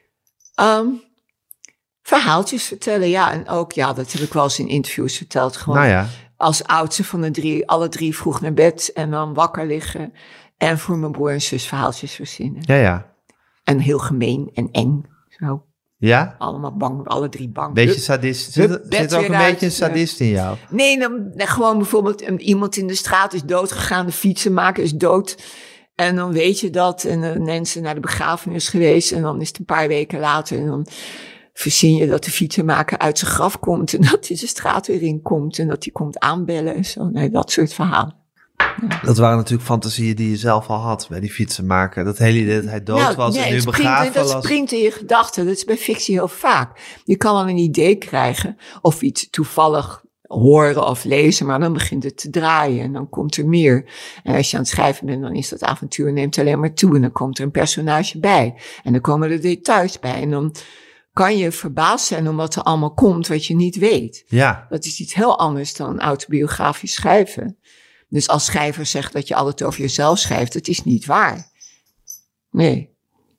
Um, verhaaltjes vertellen, ja. En ook, ja, dat heb ik wel eens in interviews verteld. Gewoon Nou ja. als oudste van de drie, alle drie vroeg naar bed en dan wakker liggen. En voor mijn broer en zus verhaaltjes verzinnen. Ja, ja. En heel gemeen en eng, zo. Ja? Allemaal bang, alle drie bang. Beetje Hup, sadist. hup, Zit, bed zit ook weer een uit. beetje een sadist in jou? Nee, dan, dan gewoon bijvoorbeeld um, iemand in de straat is doodgegaan, de fietsenmaker is dood. En dan weet je dat en dan zijn ze naar de begrafenis geweest en dan is het een paar weken later en dan verzin je dat de fietsenmaker uit zijn graf komt en dat hij de straat weer in komt en dat hij komt aanbellen en zo. Nee, dat soort verhalen. Ja. Dat waren natuurlijk fantasieën die je zelf al had bij die fietsenmaker. Dat hele idee dat hij dood nou, was nee, en nu springt, begraven dat was. springt in je gedachten. Dat is bij fictie heel vaak. Je kan wel een idee krijgen of iets toevallig horen of lezen, maar dan begint het te draaien en dan komt er meer. En als je aan het schrijven bent, dan is dat avontuur neemt alleen maar toe en dan komt er een personage bij. En dan komen er details bij en dan kan je verbaasd zijn om wat er allemaal komt wat je niet weet. Ja. Dat is iets heel anders dan autobiografisch schrijven. Dus als schrijver zegt dat je altijd over jezelf schrijft, het is niet waar. Nee.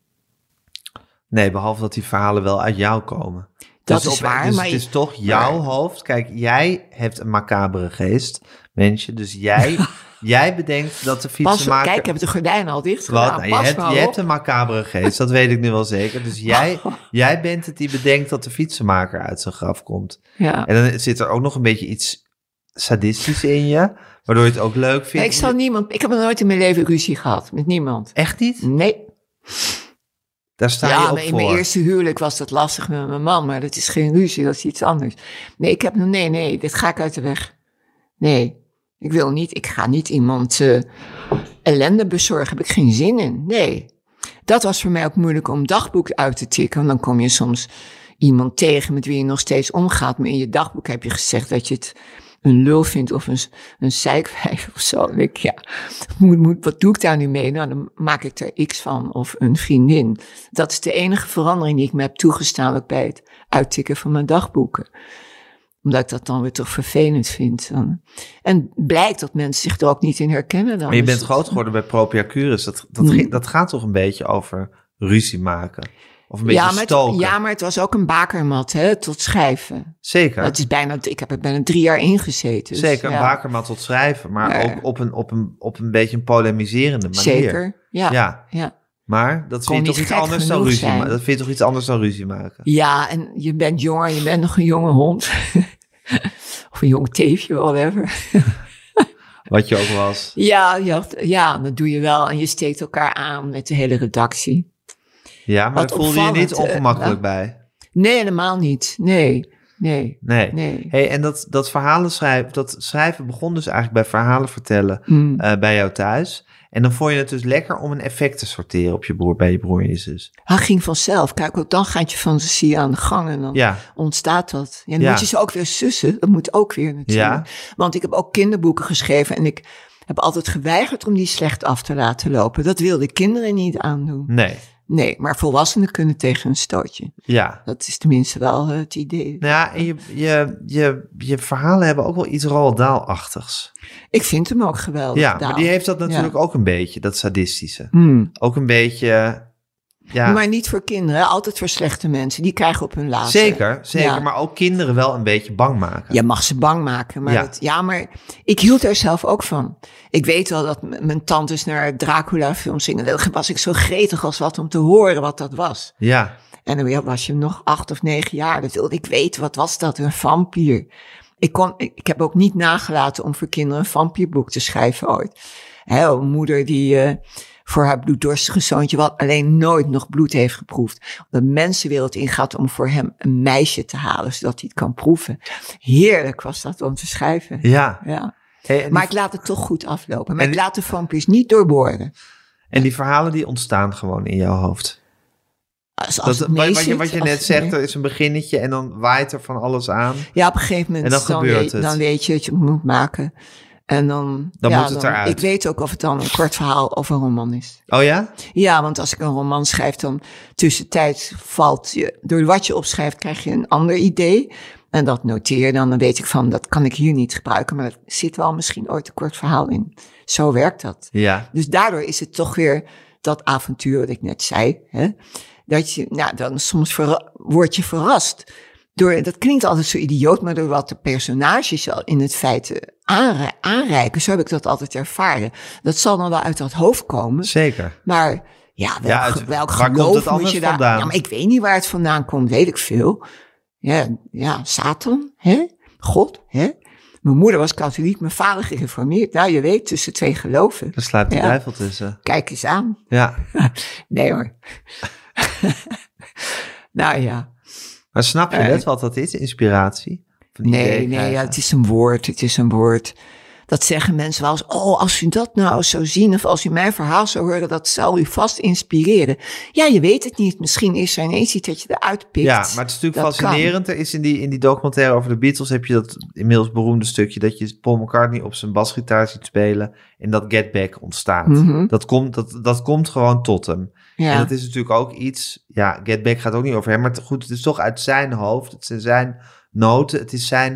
Nee, behalve dat die verhalen wel uit jou komen. Dat dus is op, waar. Dus maar het is toch jouw maar, hoofd. Kijk, jij hebt een macabere geest, mensje. Dus jij, jij bedenkt dat de fietsenmaker... Pas, kijk, ik heb de gordijnen al dicht gedaan. Wat? Nou, je, hebt, je hebt een macabere geest, dat weet ik nu wel zeker. Dus jij, jij bent het die bedenkt dat de fietsenmaker uit zijn graf komt. Ja. En dan zit er ook nog een beetje iets sadistisch in je, waardoor je het ook leuk vindt. Nee, ik, zal niemand, ik heb nog nooit in mijn leven ruzie gehad met niemand. Echt niet? Nee. Daar sta ja, je op in voor. mijn eerste huwelijk was dat lastig met mijn man, maar dat is geen ruzie, dat is iets anders. Nee, ik heb nog, nee, nee, dit ga ik uit de weg. Nee, ik wil niet, ik ga niet iemand uh, ellende bezorgen, heb ik geen zin in. Nee, dat was voor mij ook moeilijk om dagboek uit te tikken, want dan kom je soms iemand tegen met wie je nog steeds omgaat, maar in je dagboek heb je gezegd dat je het een lul vindt of een, een zeikwijf of zo. Dan denk ik, ja, moet, moet, wat doe ik daar nu mee? Nou, dan maak ik er x van of een vriendin. Dat is de enige verandering die ik me heb toegestaan ook bij het uittikken van mijn dagboeken. Omdat ik dat dan weer toch vervelend vind. En blijkt dat mensen zich er ook niet in herkennen. Dan. Maar je Dus bent groot geworden bij Propiacurus. Dat, dat, Hmm. dat gaat toch een beetje over ruzie maken? Of een beetje ja, maar stoken? het, ja, maar het was ook een bakermat, hè, tot schrijven. Zeker. Dat is bijna, ik heb er bijna drie jaar ingezeten. Dus, Zeker, een ja. bakermat tot schrijven. Maar Ja. ook op een, op, een, op een beetje een polemiserende manier. Zeker, ja. Ja. ja. Maar dat Kon vind je toch niet iets gek anders dan genoeg ruzie zijn. maken? Dat vind je toch iets anders dan ruzie maken? Ja, en je bent jonger, je bent nog een jonge hond. Of een jong teefje, whatever. Wat je ook was. Ja, ja, ja, dat doe je wel. En je steekt elkaar aan met de hele redactie. Ja, maar Wat daar voelde je je niet opvallend, eh, ongemakkelijk ja. bij? Nee, helemaal niet. Nee, nee, Nee. nee. Hey, en dat, dat verhalen schrijven, dat schrijven begon dus eigenlijk bij verhalen vertellen Mm. uh, bij jou thuis. En dan vond je het dus lekker om een effect te sorteren op je broer, bij je broer en je zus. Hij ging vanzelf. Kijk, ook dan gaat je fantasie aan de gang en dan Ja. ontstaat dat. Ja, dan Ja. moet je ze ook weer sussen. Dat moet ook weer natuurlijk. Ja. Want ik heb ook kinderboeken geschreven en ik heb altijd geweigerd om die slecht af te laten lopen. Dat wilde kinderen niet aandoen. Nee. Nee, maar volwassenen kunnen tegen een stootje. Ja. Dat is tenminste wel uh, het idee. Nou ja, en je, je, je, je verhalen hebben ook wel iets Roald Dahl-achtigs. Ik vind hem ook geweldig. Ja, Daal. maar die heeft dat natuurlijk Ja. ook een beetje, dat sadistische. Hmm. Ook een beetje, ja. Maar niet voor kinderen, altijd voor slechte mensen. Die krijgen op hun laatste. Zeker, zeker. Ja. Maar ook kinderen wel een beetje bang maken. Je mag ze bang maken. Maar Ja. ja. Het, ja, maar ik hield er zelf ook van. Ik weet wel dat m- mijn tantes naar Dracula-films zingen. Dan was ik zo gretig als wat om te horen wat dat was. Ja. En dan was je nog acht of negen jaar. Dat wilde ik weten, wat was dat? Een vampier. Ik, kon, ik, ik heb ook niet nagelaten om voor kinderen een vampierboek te schrijven ooit. Hè, een moeder die uh, voor haar bloeddorstige zoontje wat alleen nooit nog bloed heeft geproefd. De mensenwereld ingaat om voor hem een meisje te halen, zodat hij het kan proeven. Heerlijk was dat om te schrijven. Ja. Ja. Hey, en, Maar die, ik laat het toch goed aflopen. Maar En- ik laat de vampiers niet doorboren. en die verhalen die ontstaan gewoon in jouw hoofd. Als, als Dat, het wat, wat je, meezit, wat je als net het zegt, mee- er is een beginnetje en dan waait er van alles aan. Ja, op een gegeven moment En dan gebeurt weet, het. dan weet je dat je het moet maken. En dan, Dan ja, moet het eruit. Ik weet ook of het dan een kort verhaal of een roman is. Oh ja? Ja, want als ik een roman schrijf, dan tussentijds valt je, door wat je opschrijft, krijg je een ander idee. En dat noteer je dan, dan weet ik van, dat kan ik hier niet gebruiken, maar er zit wel misschien ooit een kort verhaal in. Zo werkt dat. Ja. Dus daardoor is het toch weer dat avontuur wat ik net zei. Hè? Dat je, nou, dan soms verra- word je verrast. Door, dat klinkt altijd zo idioot, maar door wat de personages al in het feit aanre- aanreiken. Zo heb ik dat altijd ervaren. Dat zal dan wel uit dat hoofd komen. Zeker. Maar ja, welk, Ja, uit- welk waar komt geloof het anders moet je daar... vandaan? Ja, maar ik weet niet waar het vandaan komt, weet ik veel. Ja, ja Satan, hè? God, hè? Mijn moeder was katholiek, mijn vader gereformeerd. Nou, je weet, tussen twee geloven. Er sluipt de Ja. duivel tussen. Kijk eens aan. Ja. Nee hoor. Nou ja. Maar snap je Nee. net wat dat is, inspiratie? Van Nee, ideeën nee, krijgen? ja, het is een woord, het is een woord. Dat zeggen mensen wel eens, oh, als u dat nou zou zien, of als u mijn verhaal zou horen, dat zal u vast inspireren. Ja, je weet het niet, misschien is er ineens iets dat je eruit pikt. Ja, maar het is natuurlijk Dat fascinerend. Er is in die, in die documentaire over de Beatles heb je dat inmiddels beroemde stukje dat je Paul McCartney op zijn basgitaar ziet spelen en dat Get Back ontstaat. Mhm. Dat komt, dat, dat komt gewoon tot hem. Ja. En dat is natuurlijk ook iets, ja, Get Back gaat ook niet over hem, maar goed, het is toch uit zijn hoofd, het zijn zijn noten, het is zijn,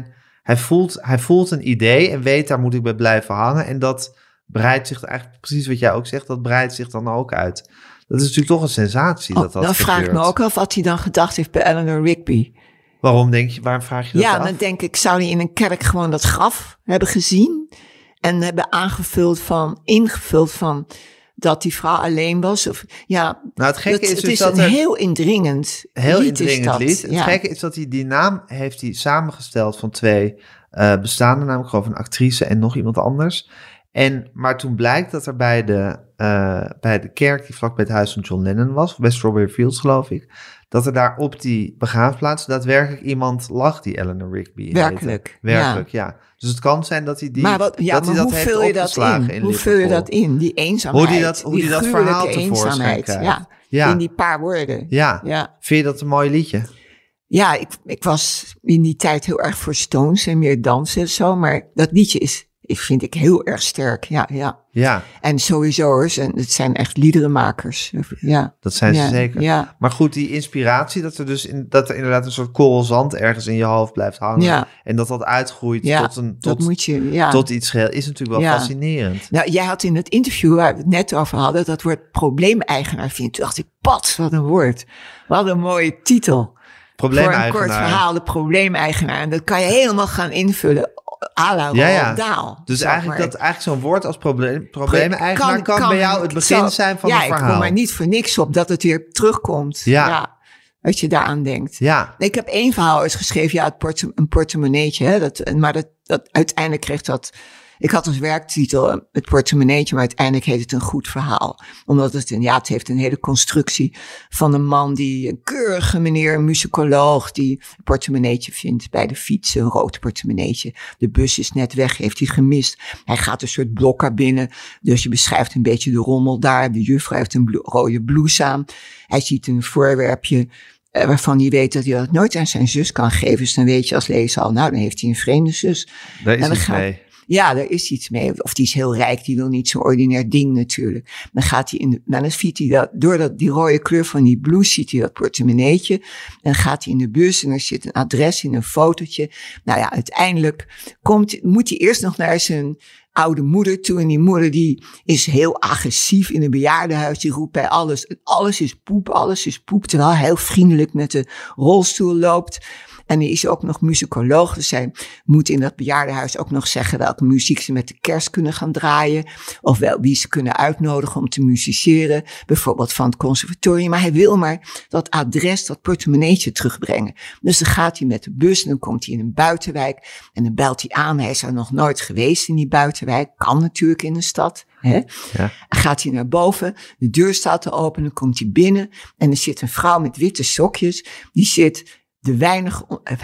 Hij voelt, hij voelt een idee en weet, daar moet ik bij blijven hangen. En dat breidt zich eigenlijk, precies wat jij ook zegt, dat breidt zich dan ook uit. Dat is natuurlijk toch een sensatie. Oh, dat dat dan gebeurt. vraag ik me ook af wat hij dan gedacht heeft bij Eleanor Rigby. Waarom denk je, waarom vraag je dat ja, af? dan denk ik, zou hij in een kerk gewoon dat graf hebben gezien? En hebben aangevuld van, ingevuld van dat die vrouw alleen was? Of, ja, nou, het gekke dat, is het dus is dat een er, heel indringend heel lied. indringend is dat. lied. Het ja. gekke is dat hij die naam heeft hij samengesteld van twee uh, bestaande, namelijk gewoon een actrice en nog iemand anders. En, maar toen blijkt dat er bij de, uh, bij de kerk die vlak bij het huis van John Lennon was, bij Strawberry Fields geloof ik, dat er daar op die begraafplaats daadwerkelijk iemand lag die Eleanor Rigby Werkelijk, heette. Werkelijk, ja. ja. Dus het kan zijn dat hij die maar wat, ja, dat maar hij dat hoe heeft vul je dat in? in hoe vul je dat in? Die eenzaamheid. Hoe die dat, hoe die die dat verhaal tevoorschijn krijgt. Ja, ja. in die paar woorden. Ja. ja. Vind je dat een mooi liedje? Ja, ik, ik was in die tijd heel erg voor Stones en meer dansen en zo. Maar dat liedje is, ik vind ik heel erg sterk. Ja, ja. Ja. En sowieso, en het zijn echt liederenmakers. Ja. Dat zijn ze ja, zeker. Ja. Maar goed, die inspiratie, dat er dus in, dat er inderdaad een soort korrel zand ergens in je hoofd blijft hangen. Ja. En dat dat uitgroeit ja, tot, een, tot, dat moet je, ja. tot iets geheel, is natuurlijk wel ja. fascinerend. Nou, jij had in het interview waar we het net over hadden, dat woord probleemeigenaar vindt. Toen dacht ik, pat, wat een woord. Wat een mooie titel. Voor een kort verhaal, de probleemeigenaar. En dat kan je helemaal gaan invullen. À la ja, ja. Daal. Dus eigenlijk, dat, eigenlijk zo'n woord als probleem, probleemeigenaar kan, kan, kan bij jou het begin zo, zijn van ja, het verhaal. Ja, ik kom maar niet voor niks op dat het weer terugkomt. Ja. ja als je daaraan denkt. Ja. Ik heb één verhaal eens geschreven, ja, het portem- een portemonneetje. Hè, dat, maar dat, dat, uiteindelijk kreeg dat... Ik had als werktitel het portemonneetje, maar uiteindelijk heet het een goed verhaal. Omdat het een, ja, het heeft een hele constructie van een man die, een keurige meneer, een musicoloog, die een portemonneetje vindt bij de fiets, een rood portemonneetje. De bus is net weg, heeft hij gemist. Hij gaat een soort blokker binnen, dus je beschrijft een beetje de rommel daar. De juffrouw heeft een blo- rode blouse aan. Hij ziet een voorwerpje waarvan hij weet dat hij dat nooit aan zijn zus kan geven. Dus dan weet je als lezer al, nou, dan heeft hij een vreemde zus. Daar is iets gaat, mee. Ja, daar is iets mee. Of die is heel rijk, die wil niet zo'n ordinair ding natuurlijk. Dan gaat hij in de, nou, dan ziet hij dat, door dat, die rode kleur van die blouse, ziet hij dat portemonneetje. Dan gaat hij in de bus en er zit een adres in, een fotootje. Nou ja, uiteindelijk komt, moet hij eerst nog naar zijn oude moeder toe. En die moeder die is heel agressief in een bejaardenhuis. Die roept bij alles, alles is poep, alles is poep. Terwijl hij heel vriendelijk met de rolstoel loopt. En hij is ook nog musicoloog, dus zij moet in dat bejaardenhuis ook nog zeggen welke muziek ze met de kerst kunnen gaan draaien. Of wel wie ze kunnen uitnodigen om te musiceren, bijvoorbeeld van het conservatorium. Maar hij wil maar dat adres, dat portemonneetje terugbrengen. Dus dan gaat hij met de bus en dan komt hij in een buitenwijk. En dan belt hij aan, hij is er nog nooit geweest in die buitenwijk. Kan natuurlijk in een stad. Hè? Ja. Dan gaat hij naar boven, de deur staat te open, dan komt hij binnen. En er zit een vrouw met witte sokjes, die zit... de weinig,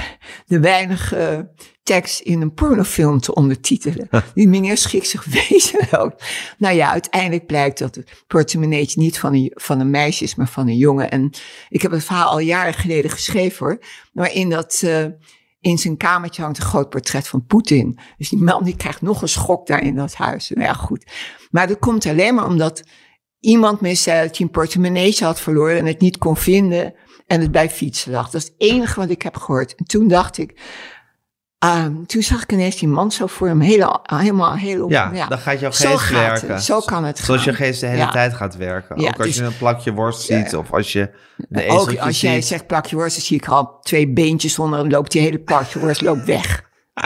de weinig uh, tekst in een pornofilm te ondertitelen. Die meneer schikt zich wezenloos. Nou ja, uiteindelijk blijkt dat het portemonneetje niet van een, van een meisje is, maar van een jongen. En ik heb het verhaal al jaren geleden geschreven hoor. Maar in dat... Uh, in zijn kamertje hangt een groot portret van Poetin. Dus die man die krijgt nog een schok daar in dat huis. Nou ja, goed. Maar dat komt alleen maar omdat iemand me zei dat hij een portemonneetje had verloren en het niet kon vinden en het bij fietsen lag. Dat is het enige wat ik heb gehoord. En toen dacht ik, uh, toen zag ik ineens die man zo voor hem hele, helemaal heel... Ja, ja, dan gaat jouw geest werken. Het, zo kan het Zoals gaan. je geest de hele ja. tijd gaat werken. Ja, ook als dus, je een plakje worst ziet, ja. of als je de Ook als ziet. jij zegt plakje worst, dan zie ik al twee beentjes onder en loopt die hele plakje worst loopt weg.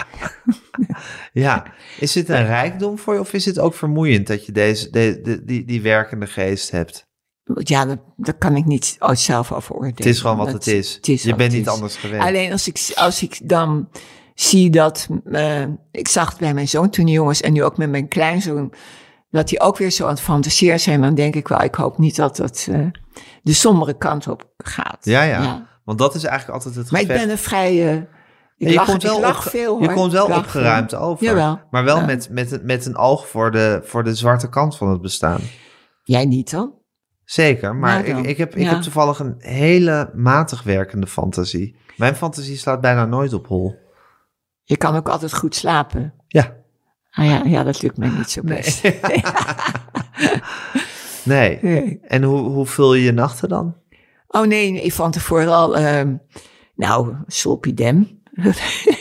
Ja, is dit een rijkdom voor je of is het ook vermoeiend dat je deze, de, de, die, die werkende geest hebt? Ja, dat, dat kan ik niet ooit zelf over oordelen. Het is gewoon wat dat, het is. Het is je bent niet is. anders gewend. Alleen als ik, als ik dan zie dat... Uh, ik zag het bij mijn zoon toen jongens en nu ook met mijn kleinzoon... dat die ook weer zo aan het fantaseren zijn. Dan denk ik wel, ik hoop niet dat dat uh, de sombere kant op gaat. Ja, ja, ja. Want dat is eigenlijk altijd het gevecht. Maar ik ben een vrij... Uh, ik, je lach, komt wel ik lach op, veel, Je hoor. komt wel lach opgeruimd veel. over. Jawel. Maar wel ja. met, met, met een oog voor de, voor de zwarte kant van het bestaan. Jij niet dan? Zeker, maar ja, ik, ik, heb, ik ja. heb toevallig een hele matig werkende fantasie. Mijn fantasie slaat bijna nooit op hol. Je kan ook altijd goed slapen. Ja. Ah ja, ja, dat lukt mij niet zo best. Nee. nee. nee. En hoe, hoe vul je je nachten dan? Oh nee, ik van tevoren al, uh, nou, solpidem.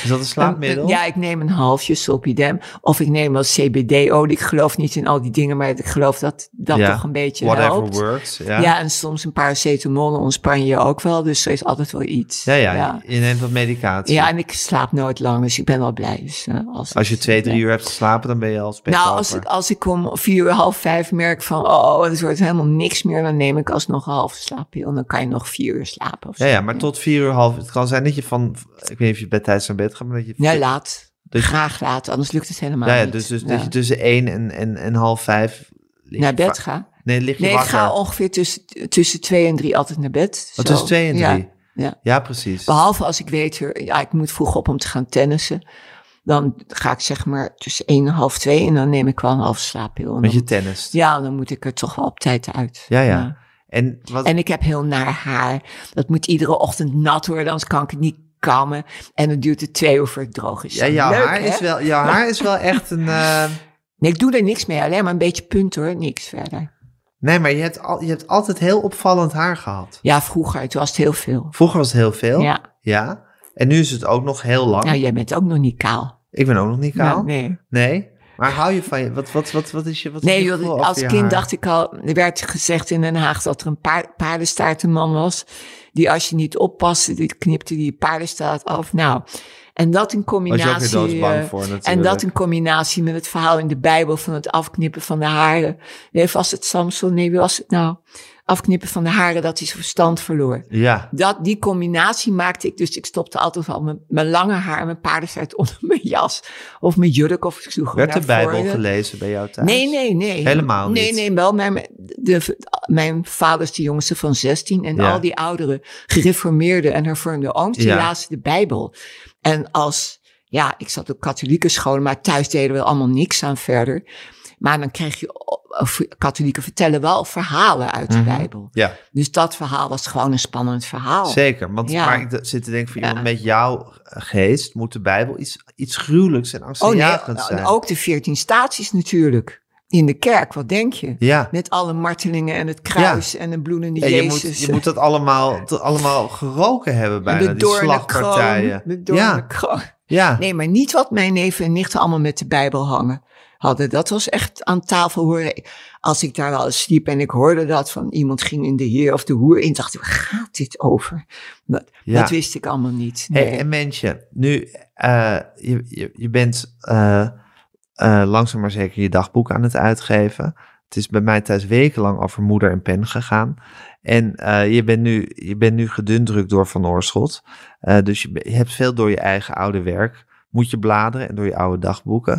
Is dat een slaapmiddel? Um, ja, ik neem een halfje Zolpidem. Of ik neem wel C B D-olie. Ik geloof niet in al die dingen, maar ik geloof dat dat ja, toch een beetje whatever helpt. Works, ja. ja, en soms een paracetamol ontspan je ook wel. Dus er is altijd wel iets. Ja, ja, ja. Je neemt wat medicatie. Ja, en ik slaap nooit lang, dus ik ben wel blij. Dus, uh, als, als je twee, drie uur hebt geslapen, dan ben je al spekkoper. Nou, als ik, als ik om vier uur, half vijf merk van, oh, het wordt helemaal niks meer, dan neem ik alsnog een halve slaappil. En dan kan je nog vier uur slapen of zo. Ja, ja, maar tot vier uur, half. Het kan zijn dat je van, ik weet niet of je bedtijds naar bed gaat, maar dat je... Ja, laat. Dus, Graag laat, anders lukt het helemaal ja, ja, niet. Dus, dus ja. dat je tussen één en, en, en half vijf... Naar bed ga? Nee, lig je nee wakker. ik ga ongeveer tussen, tussen twee en drie altijd naar bed. Oh, tussen twee en drie? Ja, ja. ja, precies. Behalve als ik weet, ja, ik moet vroeg op om te gaan tennissen. Dan ga ik zeg maar tussen één en half twee en dan neem ik wel een half slaappil. Met je tennist? Ja, dan moet ik er toch wel op tijd uit. Ja, ja. ja. En, wat... en ik heb heel naar haar. Dat moet iedere ochtend nat worden, anders kan ik het niet kammen. En dan duurt het twee uur voor het droog is. Ja, jouw, Leuk, haar, is wel, jouw haar is wel echt een... Uh... Nee, ik doe er niks mee. Alleen maar een beetje punt hoor, niks verder. Nee, maar je hebt, al, je hebt altijd heel opvallend haar gehad. Ja, vroeger. Toen was het heel veel. Vroeger was het heel veel? Ja. Ja. En nu is het ook nog heel lang. Nou, jij bent ook nog niet kaal. Ik ben ook nog niet kaal? Nou, nee. Nee? Maar hou je van je... Wat, wat, wat, wat is je... Wat nee, is je joh, als je kind haar? dacht ik al... Er werd gezegd in Den Haag dat er een paard, paardenstaartenman was... die als je niet oppaste, die knipte die paardenstaart af. Nou... En dat in combinatie, was je ook weer voor, en dat in combinatie met het verhaal in de Bijbel van het afknippen van de haren. Nee, was het Samson? Nee, wie was het nou? Afknippen van de haren, dat hij zijn verstand verloor. Ja. Dat, die combinatie maakte ik, dus ik stopte altijd al mijn, mijn lange haar en mijn paardenstaart onder mijn jas. Of mijn jurk, of ik sloeg Werd de Bijbel voren. gelezen bij jou thuis? Nee, nee, nee. Helemaal niet? Nee, nee, wel. Mijn, de, mijn vader is de jongste van zestien en ja. al die ouderen, gereformeerde en hervormde ooms, die ja. lazen de Bijbel. En als, ja, ik zat op katholieke scholen, maar thuis deden we allemaal niks aan verder. Maar dan kreeg je, katholieken vertellen wel verhalen uit de mm-hmm. Bijbel. Ja. Dus dat verhaal was gewoon een spannend verhaal. Zeker, want ja. maar ik zit te denken van iemand ja. met jouw geest moet de Bijbel iets, iets gruwelijks en angstaanjagends oh, nee, zijn. En ook de veertien staties natuurlijk. In de kerk, wat denk je? Ja. Met alle martelingen en het kruis ja. en de bloedende ja, je Jezus. Moet, je moet dat allemaal, dat allemaal geroken hebben bijna, de die slagpartijen. De doornenkroon. Ja. ja. Nee, maar niet wat mijn neven en nichten allemaal met de Bijbel hangen hadden. Dat was echt aan tafel horen. Als ik daar wel eens sliep en ik hoorde dat van iemand ging in de Heer of de hoer in, dacht ik, waar gaat dit over? Dat, ja. dat wist ik allemaal niet. Nee. Hey, en Mensje, nu, uh, je, je, je bent... Uh, Uh, langzaam maar zeker je dagboek aan het uitgeven. Het is bij mij thuis wekenlang over moeder en pen gegaan. En uh, je, bent nu, je bent nu gedundrukt door Van Oorschot. Uh, dus je, je hebt veel door je eigen oude werk. Moet je bladeren en door je oude dagboeken.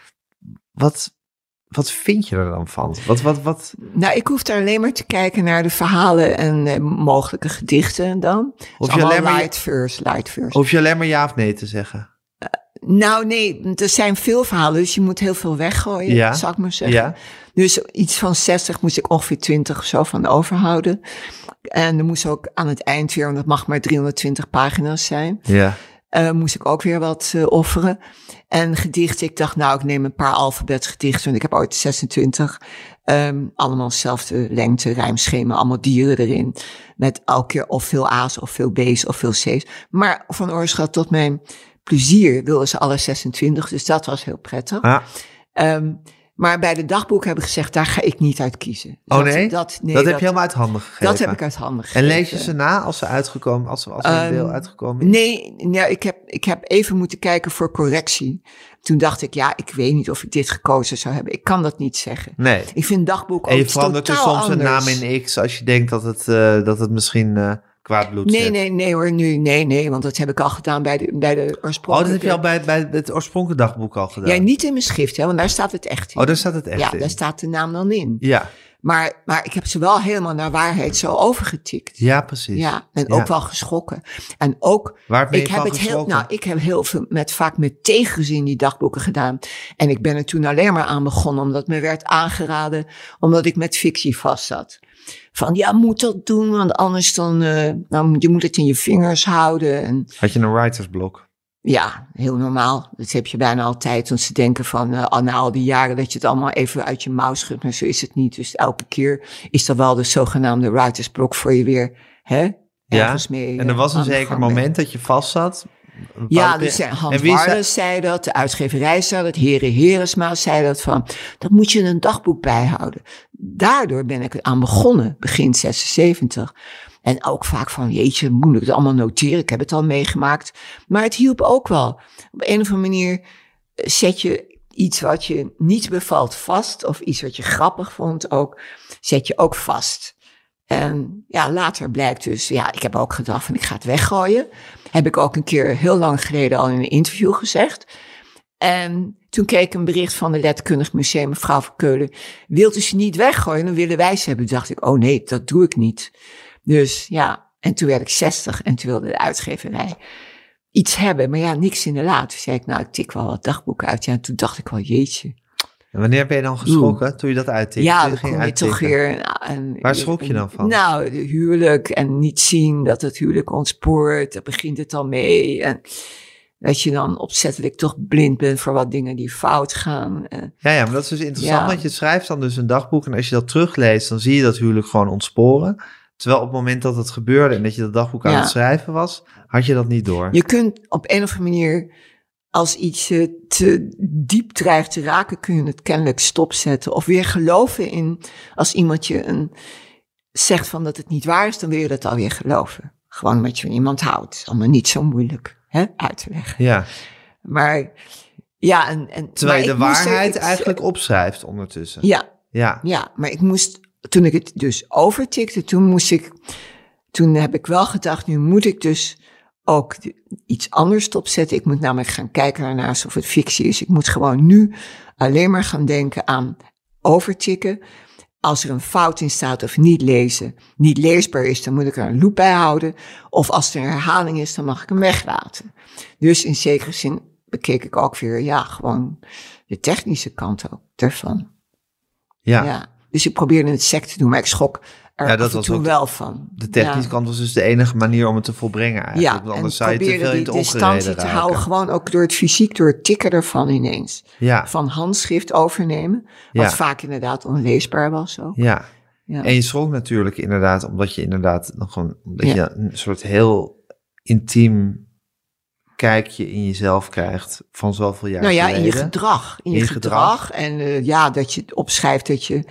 Wat, wat vind je er dan van? Wat, wat, wat? Nou, ik hoef daar alleen maar te kijken naar de verhalen en uh, mogelijke gedichten dan. Of je alleen maar light verse, light verse. Hoef je alleen maar ja of nee te zeggen? Nou nee, er zijn veel verhalen, dus je moet heel veel weggooien, ja. zou ik maar zeggen. Ja. Dus iets van zestig moest ik ongeveer twintig of zo van overhouden. En er moest ook aan het eind weer, want dat mag maar driehonderdtwintig pagina's zijn. Ja. Uh, moest ik ook weer wat uh, offeren. En gedichten, ik dacht nou, ik neem een paar alfabetgedichten, want ik heb ooit zesentwintig. Um, allemaal dezelfde lengte, rijmschema, allemaal dieren erin. Met elke keer of veel A's of veel B's of veel C's. Maar van Oorschot tot mijn plezier wilden ze alle zesentwintig, dus dat was heel prettig. Ja. Um, maar bij de dagboek hebben gezegd, daar ga ik niet uit kiezen. Oh dat, nee? Dat, nee, dat dat heb je helemaal uit handen gegeven? Dat heb ik uit handen gegeven. En lees je ze na als ze uitgekomen, als, als er een deel um, uitgekomen is? Nee, ja, ik, heb, ik heb even moeten kijken voor correctie. Toen dacht ik, ja, ik weet niet of ik dit gekozen zou hebben. Ik kan dat niet zeggen. Nee. Ik vind dagboek ook en je verandert er soms anders. een naam in X als je denkt dat het, uh, dat het misschien... Uh, kwaad bloed nee, zet. nee, nee hoor, nu, nee, nee, want dat heb ik al gedaan bij de, bij de oorspronkelijke... Oh, dat heb je al bij, bij het oorspronkelijke dagboek al gedaan? Ja, niet in mijn schrift, hè, want daar staat het echt in. Oh, daar staat het echt ja, in? Ja, daar staat de naam dan in. Ja. Maar, maar ik heb ze wel helemaal naar waarheid zo overgetikt. Ja, precies. Ja, en ja. ook wel geschrokken. En ook... Waar ben je ik heb van het geschrokken? heel, Nou, ik heb heel veel met, vaak met tegenzin die dagboeken gedaan. En ik ben er toen alleen maar aan begonnen, omdat me werd aangeraden, omdat ik met fictie vast zat. Van, ja, moet dat doen, want anders dan, uh, nou, je moet het in je vingers houden. En, had je een writersblok? Ja, heel normaal. Dat heb je bijna altijd. Want ze denken van, uh, na al die jaren dat je het allemaal even uit je mouw schudt. Maar zo is het niet. Dus elke keer is er wel de zogenaamde writersblok voor je weer, hè? Ja, mee, en er was een zeker moment dat je vast zat Ja, dus Hans Warles zei dat, de uitgeverij zei dat, Heren Heresma zei dat van, dat moet je in een dagboek bijhouden. Daardoor ben ik aan begonnen, begin zesenzeventig. En ook vaak van, jeetje, moet ik het allemaal noteren, ik heb het al meegemaakt. Maar het hielp ook wel. Op een of andere manier zet je iets wat je niet bevalt vast, of iets wat je grappig vond ook, zet je ook vast. En ja, later blijkt dus, ja, ik heb ook gedacht van, ik ga het weggooien. Heb ik ook een keer heel lang geleden al in een interview gezegd. En toen kreeg ik een bericht van de Letterkundig Museum, mevrouw van Keulen, wilt u ze niet weggooien, dan willen wij ze hebben. Toen dacht ik, oh nee, dat doe ik niet. Dus ja, en toen werd ik zestig en toen wilde de uitgeverij iets hebben, maar ja, niks in de la. Toen zei ik, nou, ik tik wel wat dagboeken uit. Ja, en toen dacht ik wel, jeetje. En wanneer ben je dan geschrokken, Oeh. toen je dat uittikte? Ja, dan kom je toch weer... En, Waar schrok je dan van? Nou, de huwelijk en niet zien dat het huwelijk ontspoort, daar begint het al mee. En dat je dan opzettelijk toch blind bent voor wat dingen die fout gaan. Ja, ja, maar dat is dus interessant, ja. want je schrijft dan dus een dagboek en als je dat terugleest, dan zie je dat huwelijk gewoon ontsporen. Terwijl op het moment dat het gebeurde en dat je dat dagboek aan ja. het schrijven was, had je dat niet door. Je kunt op een of andere manier, als iets uh, te diep dreigt te raken, kun je het kennelijk stopzetten. Of weer geloven in, als iemand je een, zegt van dat het niet waar is, dan wil je dat alweer geloven. Gewoon omdat je van iemand houdt. Het is allemaal niet zo moeilijk hè, uit te leggen. Ja. Maar ja, en, en terwijl je maar de waarheid er, eigenlijk opschrijft ondertussen. Ja, ja. ja, maar ik moest, toen ik het dus overtikte, toen moest ik, toen heb ik wel gedacht, nu moet ik dus ook iets anders opzetten. Ik moet namelijk gaan kijken ernaar alsof het fictie is. Ik moet gewoon nu alleen maar gaan denken aan overtikken. Als er een fout in staat of niet lezen, niet leesbaar is, dan moet ik er een loep bij houden. Of als er een herhaling is, dan mag ik hem weglaten. Dus in zekere zin bekeek ik ook weer, ja, gewoon de technische kant ook ervan. Ja. ja. Dus ik probeerde het sec te doen, maar ik schrok er ja, dat af en toe wel van. De technische ja. kant was dus de enige manier om het te volbrengen eigenlijk. Ja, Want anders en zou je te veel in het distantie te houden, gewoon ook door het fysiek, door het tikken ervan ineens. Ja. Van handschrift overnemen, wat ja. vaak inderdaad onleesbaar was ook. Ja. ja, en je schrok natuurlijk inderdaad, omdat je inderdaad nog een, omdat ja. je een soort heel intiem kijkje in jezelf krijgt van zoveel jaar nou ja, geleden. in je gedrag. In je, in je gedrag. gedrag. En uh, ja, dat je opschrijft dat je,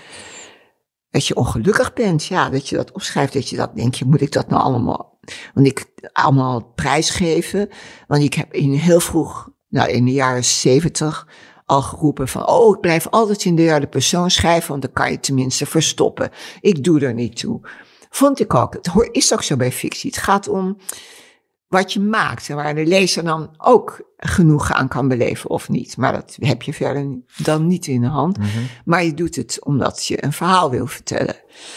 dat je ongelukkig bent. Ja, dat je dat opschrijft, dat je dat denk je, moet ik dat nou allemaal, want ik allemaal prijsgeven. Want ik heb in heel vroeg, nou in de jaren zeventig, al geroepen van, oh, ik blijf altijd in de derde persoon schrijven, want dan kan je tenminste verstoppen. Ik doe er niet toe. Vond ik ook. Het is ook zo bij fictie. Het gaat om wat je maakt en waar de lezer dan ook genoeg aan kan beleven of niet. Maar dat heb je verder dan niet in de hand. Mm-hmm. Maar je doet het omdat je een verhaal wil vertellen.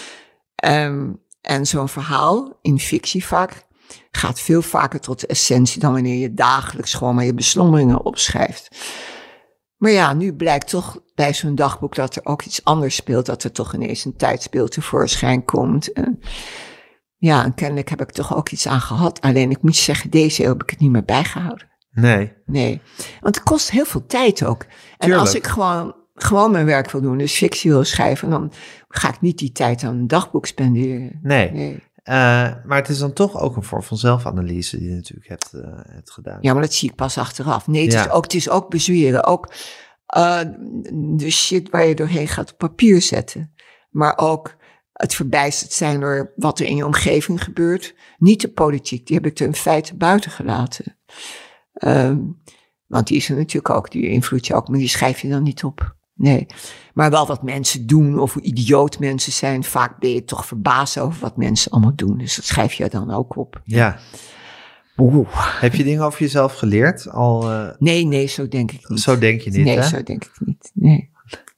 Um, en zo'n verhaal, in fictie vaak, gaat veel vaker tot de essentie dan wanneer je dagelijks gewoon maar je beslommeringen opschrijft. Maar ja, nu blijkt toch bij zo'n dagboek dat er ook iets anders speelt, dat er toch ineens een tijdsbeeld tevoorschijn komt. En ja, en kennelijk heb ik toch ook iets aan gehad. Alleen ik moet zeggen, deze eeuw heb ik het niet meer bijgehouden. Nee. Nee, want het kost heel veel tijd ook. En Tuurlijk. Als ik gewoon, gewoon mijn werk wil doen, dus fictie wil schrijven, dan ga ik niet die tijd aan een dagboek spenderen. Nee. nee. Uh, maar het is dan toch ook een vorm van zelfanalyse die je natuurlijk hebt, uh, hebt gedaan. Ja, maar dat zie ik pas achteraf. Nee, het, ja. is, ook, het is ook bezweren. Ook uh, de shit waar je doorheen gaat op papier zetten. Maar ook het verbijsterd zijn door wat er in je omgeving gebeurt. Niet de politiek, die heb ik er in feite buiten gelaten. Um, want die is er natuurlijk ook, die invloedt je ook, maar die schrijf je dan niet op. Nee, maar wel wat mensen doen of hoe idioot mensen zijn. Vaak ben je toch verbaasd over wat mensen allemaal doen. Dus dat schrijf je dan ook op. Ja. Oeh. Heb je dingen over jezelf geleerd? Al, uh... Nee, nee, zo denk ik niet. Zo denk je niet, Nee, hè? zo denk ik niet. Nee.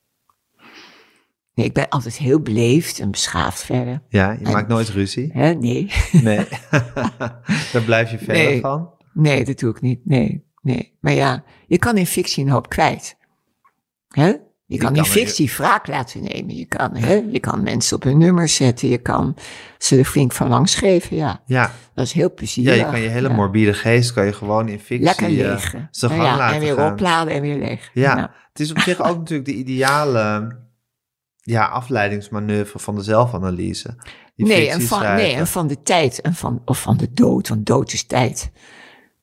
Nee, ik ben altijd heel beleefd en beschaafd verder. Ja, je en, maakt nooit ruzie? Hè, nee. Nee. Daar blijf je verder nee. van? Nee, dat doe ik niet. Nee, nee. Maar ja, je kan in fictie een hoop kwijt. Hè? Je kan in fictie wraak laten nemen. Je kan, hè, je kan mensen op hun nummer zetten. Je kan ze er flink van langs geven, ja. Ja. Dat is heel plezierig. Ja, je kan je hele ja. morbide geest kan je gewoon in fictie lekker leeg. Uh, zijn gang ja, laten en weer gaan. opladen en weer leeg. Ja, nou. Het is op zich ook natuurlijk de ideale ja, afleidingsmanoeuvre van de zelfanalyse. Die nee, en van, nee, en van de tijd en van, of van de dood, want dood is tijd.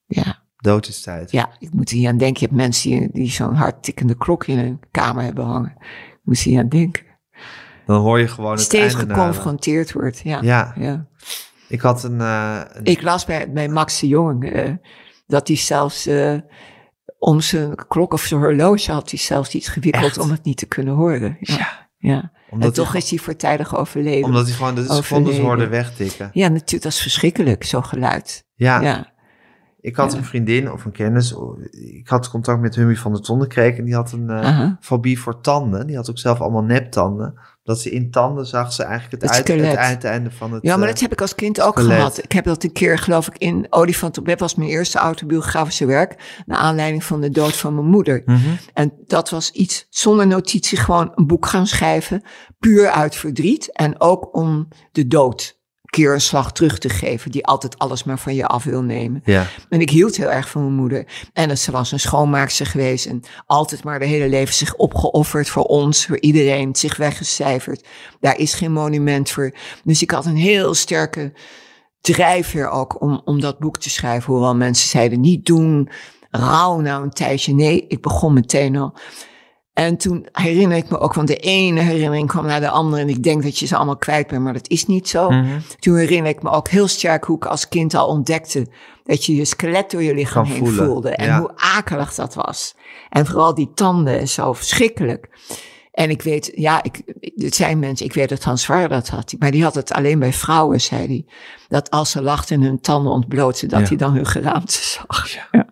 Ja. Dood is tijd. Ja, ik moet hier aan denken. Je hebt mensen die, die zo'n hard tikkende klok in hun kamer hebben hangen. Ik moet hier aan denken. Dan hoor je gewoon het steeds einde geconfronteerd naden. wordt. Ja. Ja. ja. Ik had een... Uh, een... Ik las bij, bij Max de Jong uh, dat hij zelfs uh, om zijn klok of zijn horloge had hij zelfs iets gewikkeld Echt? om het niet te kunnen horen. Ja. ja. ja. En toch hij, is hij voortijdig overleden. Omdat hij gewoon de secondes hoorde wegtikken. Ja, natuurlijk. Dat is verschrikkelijk, zo'n geluid. Ja. ja. Ik had ja. een vriendin of een kennis. Ik had contact met Hummy van der Tondenkreek. En die had een uh, fobie voor tanden. Die had ook zelf allemaal neptanden. Dat ze in tanden zag ze eigenlijk het, het, uit, het uiteinde van het Ja, maar dat heb ik als kind ook skelet. gehad. Ik heb dat een keer, geloof ik, in Olifant op Web was mijn eerste autobiografische werk. Naar aanleiding van de dood van mijn moeder. Mm-hmm. En dat was iets zonder notitie, gewoon een boek gaan schrijven. Puur uit verdriet. En ook om de dood keer een slag terug te geven, die altijd alles maar van je af wil nemen. Ja. En ik hield heel erg van mijn moeder. En ze was een schoonmaakster geweest en altijd maar de hele leven zich opgeofferd voor ons, voor iedereen, zich weggecijferd. Daar is geen monument voor. Dus ik had een heel sterke drijfveer ook om, om dat boek te schrijven. Hoewel mensen zeiden, niet doen, rouw nou een tijdje. Nee, ik begon meteen al. En toen herinner ik me ook, want de ene herinnering kwam naar de andere. En ik denk dat je ze allemaal kwijt bent, maar dat is niet zo. Mm-hmm. Toen herinner ik me ook heel sterk hoe ik als kind al ontdekte dat je je skelet door je lichaam heen voelen. voelde. En ja. hoe akelig dat was. En vooral die tanden, zo verschrikkelijk. En ik weet, ja, ik, het zijn mensen, ik weet dat Hans Zwaar dat had. Maar die had het alleen bij vrouwen, zei hij. Dat als ze lachten en hun tanden ontblootten, dat ja. hij dan hun geraamte zag. Ja. Ja.